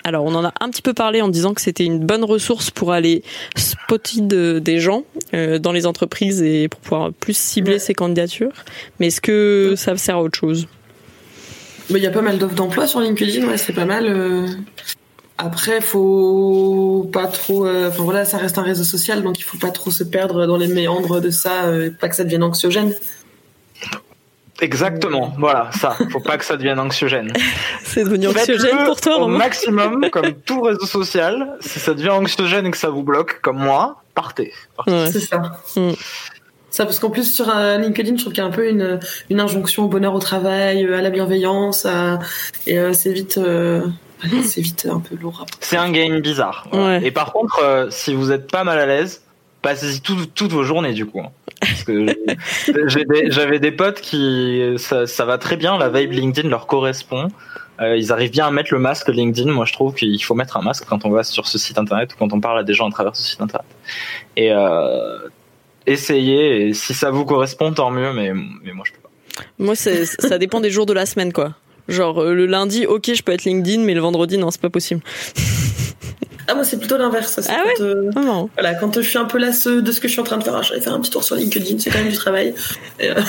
Alors, on en a un petit peu parlé en disant que c'était une bonne ressource pour aller spotter de, des gens euh, dans les entreprises et pour pouvoir plus cibler ouais. ses candidatures. Mais est-ce que ça sert à autre chose ? Il y a pas mal d'offres d'emploi sur LinkedIn, ouais, c'est pas mal. Euh... Après, faut pas trop. Euh... Enfin voilà, ça reste un réseau social, donc il faut pas trop se perdre dans les méandres de ça, euh, pas que ça devienne anxiogène. Exactement, voilà, ça. Faut pas que ça devienne anxiogène. C'est devenu anxiogène Faites-le pour toi, au Romain. maximum, comme tout réseau social. Si ça devient anxiogène et que ça vous bloque, comme moi, partez. partez. Ouais. C'est ça. Mm. Ça, parce qu'en plus sur euh, LinkedIn, je trouve qu'il y a un peu une une injonction au bonheur au travail, à la bienveillance, à... et euh, c'est vite. Euh... c'est vite un peu lourd. C'est un game bizarre. Voilà. Ouais. Et par contre, euh, si vous êtes pas mal à l'aise, passez-y tout, toutes vos journées du coup. Parce que j'ai des, j'avais des potes qui ça, ça va très bien, la vibe LinkedIn leur correspond. Euh, ils arrivent bien à mettre le masque LinkedIn. Moi, je trouve qu'il faut mettre un masque quand on va sur ce site internet ou quand on parle à des gens à travers ce site internet. Et euh, essayez. Et si ça vous correspond, tant mieux. Mais mais moi, je peux pas. Moi, c'est, ça dépend des jours de la semaine, quoi. Genre le lundi, ok, je peux être LinkedIn, mais le vendredi, non, c'est pas possible. Ah, moi, c'est plutôt l'inverse. C'est ah quand, ouais euh, oh voilà, quand je suis un peu lasse de ce que je suis en train de faire, ah, je vais faire un petit tour sur LinkedIn, c'est quand même du travail. Et, euh...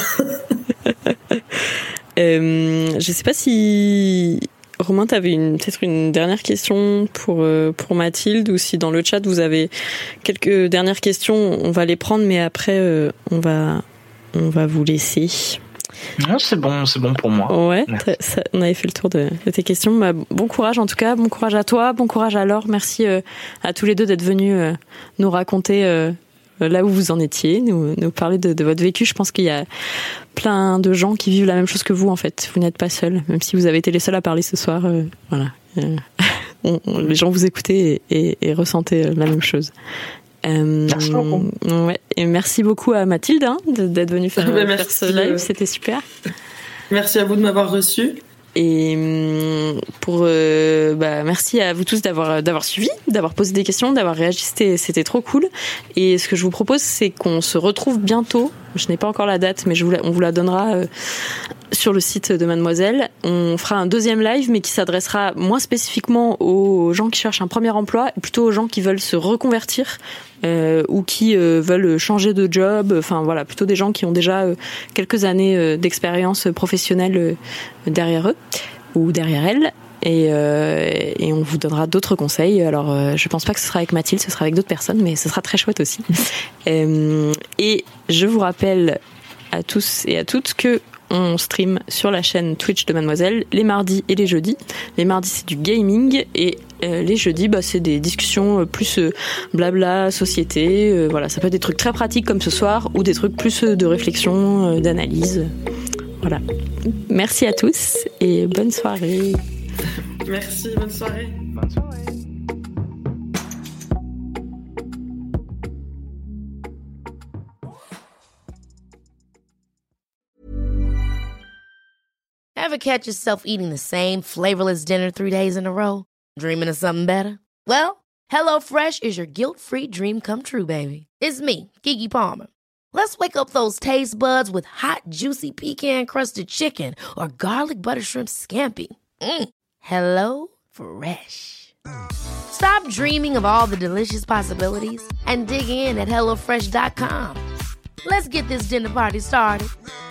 euh, je sais pas si Romain, t'avais une, peut-être une dernière question pour euh, pour Mathilde, ou si dans le chat vous avez quelques dernières questions, on va les prendre, mais après euh, on va on va vous laisser. Non, c'est bon, c'est bon pour moi. Ouais, ça, on avait fait le tour de, de tes questions. Bah, bon courage en tout cas, bon courage à toi, bon courage à Laure. Merci euh, à tous les deux d'être venus euh, nous raconter euh, là où vous en étiez, nous, nous parler de, de votre vécu. Je pense qu'il y a plein de gens qui vivent la même chose que vous en fait. Vous n'êtes pas seuls, même si vous avez été les seuls à parler ce soir. Euh, voilà, euh, on, on, les gens vous écoutaient et, et, et ressentaient la même chose. Euh, merci beaucoup. Ouais, et merci beaucoup à Mathilde hein, d'être venue faire, bah, faire ce live, c'était super. Merci à vous de m'avoir reçu. Et pour euh, bah merci à vous tous d'avoir d'avoir suivi, d'avoir posé des questions, d'avoir réagi, c'était c'était trop cool. Et ce que je vous propose, c'est qu'on se retrouve bientôt. Je n'ai pas encore la date, mais je vous la, on vous la donnera euh, sur le site de Mademoiselle. On fera un deuxième live, mais qui s'adressera moins spécifiquement aux gens qui cherchent un premier emploi, plutôt aux gens qui veulent se reconvertir euh, ou qui euh, veulent changer de job. Enfin voilà, plutôt des gens qui ont déjà euh, quelques années euh, d'expérience professionnelle euh, derrière eux ou derrière elles. Et, euh, et on vous donnera d'autres conseils. Alors, euh, je pense pas que ce sera avec Mathilde, ce sera avec d'autres personnes, mais ce sera très chouette aussi. euh, et je vous rappelle à tous et à toutes que on stream sur la chaîne Twitch de Mademoiselle les mardis et les jeudis. Les mardis, c'est du gaming, et euh, les jeudis, bah, c'est des discussions plus euh, blabla, société. Euh, voilà, ça peut être des trucs très pratiques comme ce soir, ou des trucs plus euh, de réflexion, euh, d'analyse. Voilà. Merci à tous et bonne soirée. Merci, bonne soirée. Bonne soirée. Ever catch yourself eating the same flavorless dinner three days in a row? Dreaming of something better? Well, HelloFresh is your guilt-free dream come true, baby. It's me, Keke Palmer. Let's wake up those taste buds with hot, juicy pecan-crusted chicken or garlic butter shrimp scampi. Mm. Hello Fresh. Stop dreaming of all the delicious possibilities and dig in at hello fresh dot com. Let's get this dinner party started.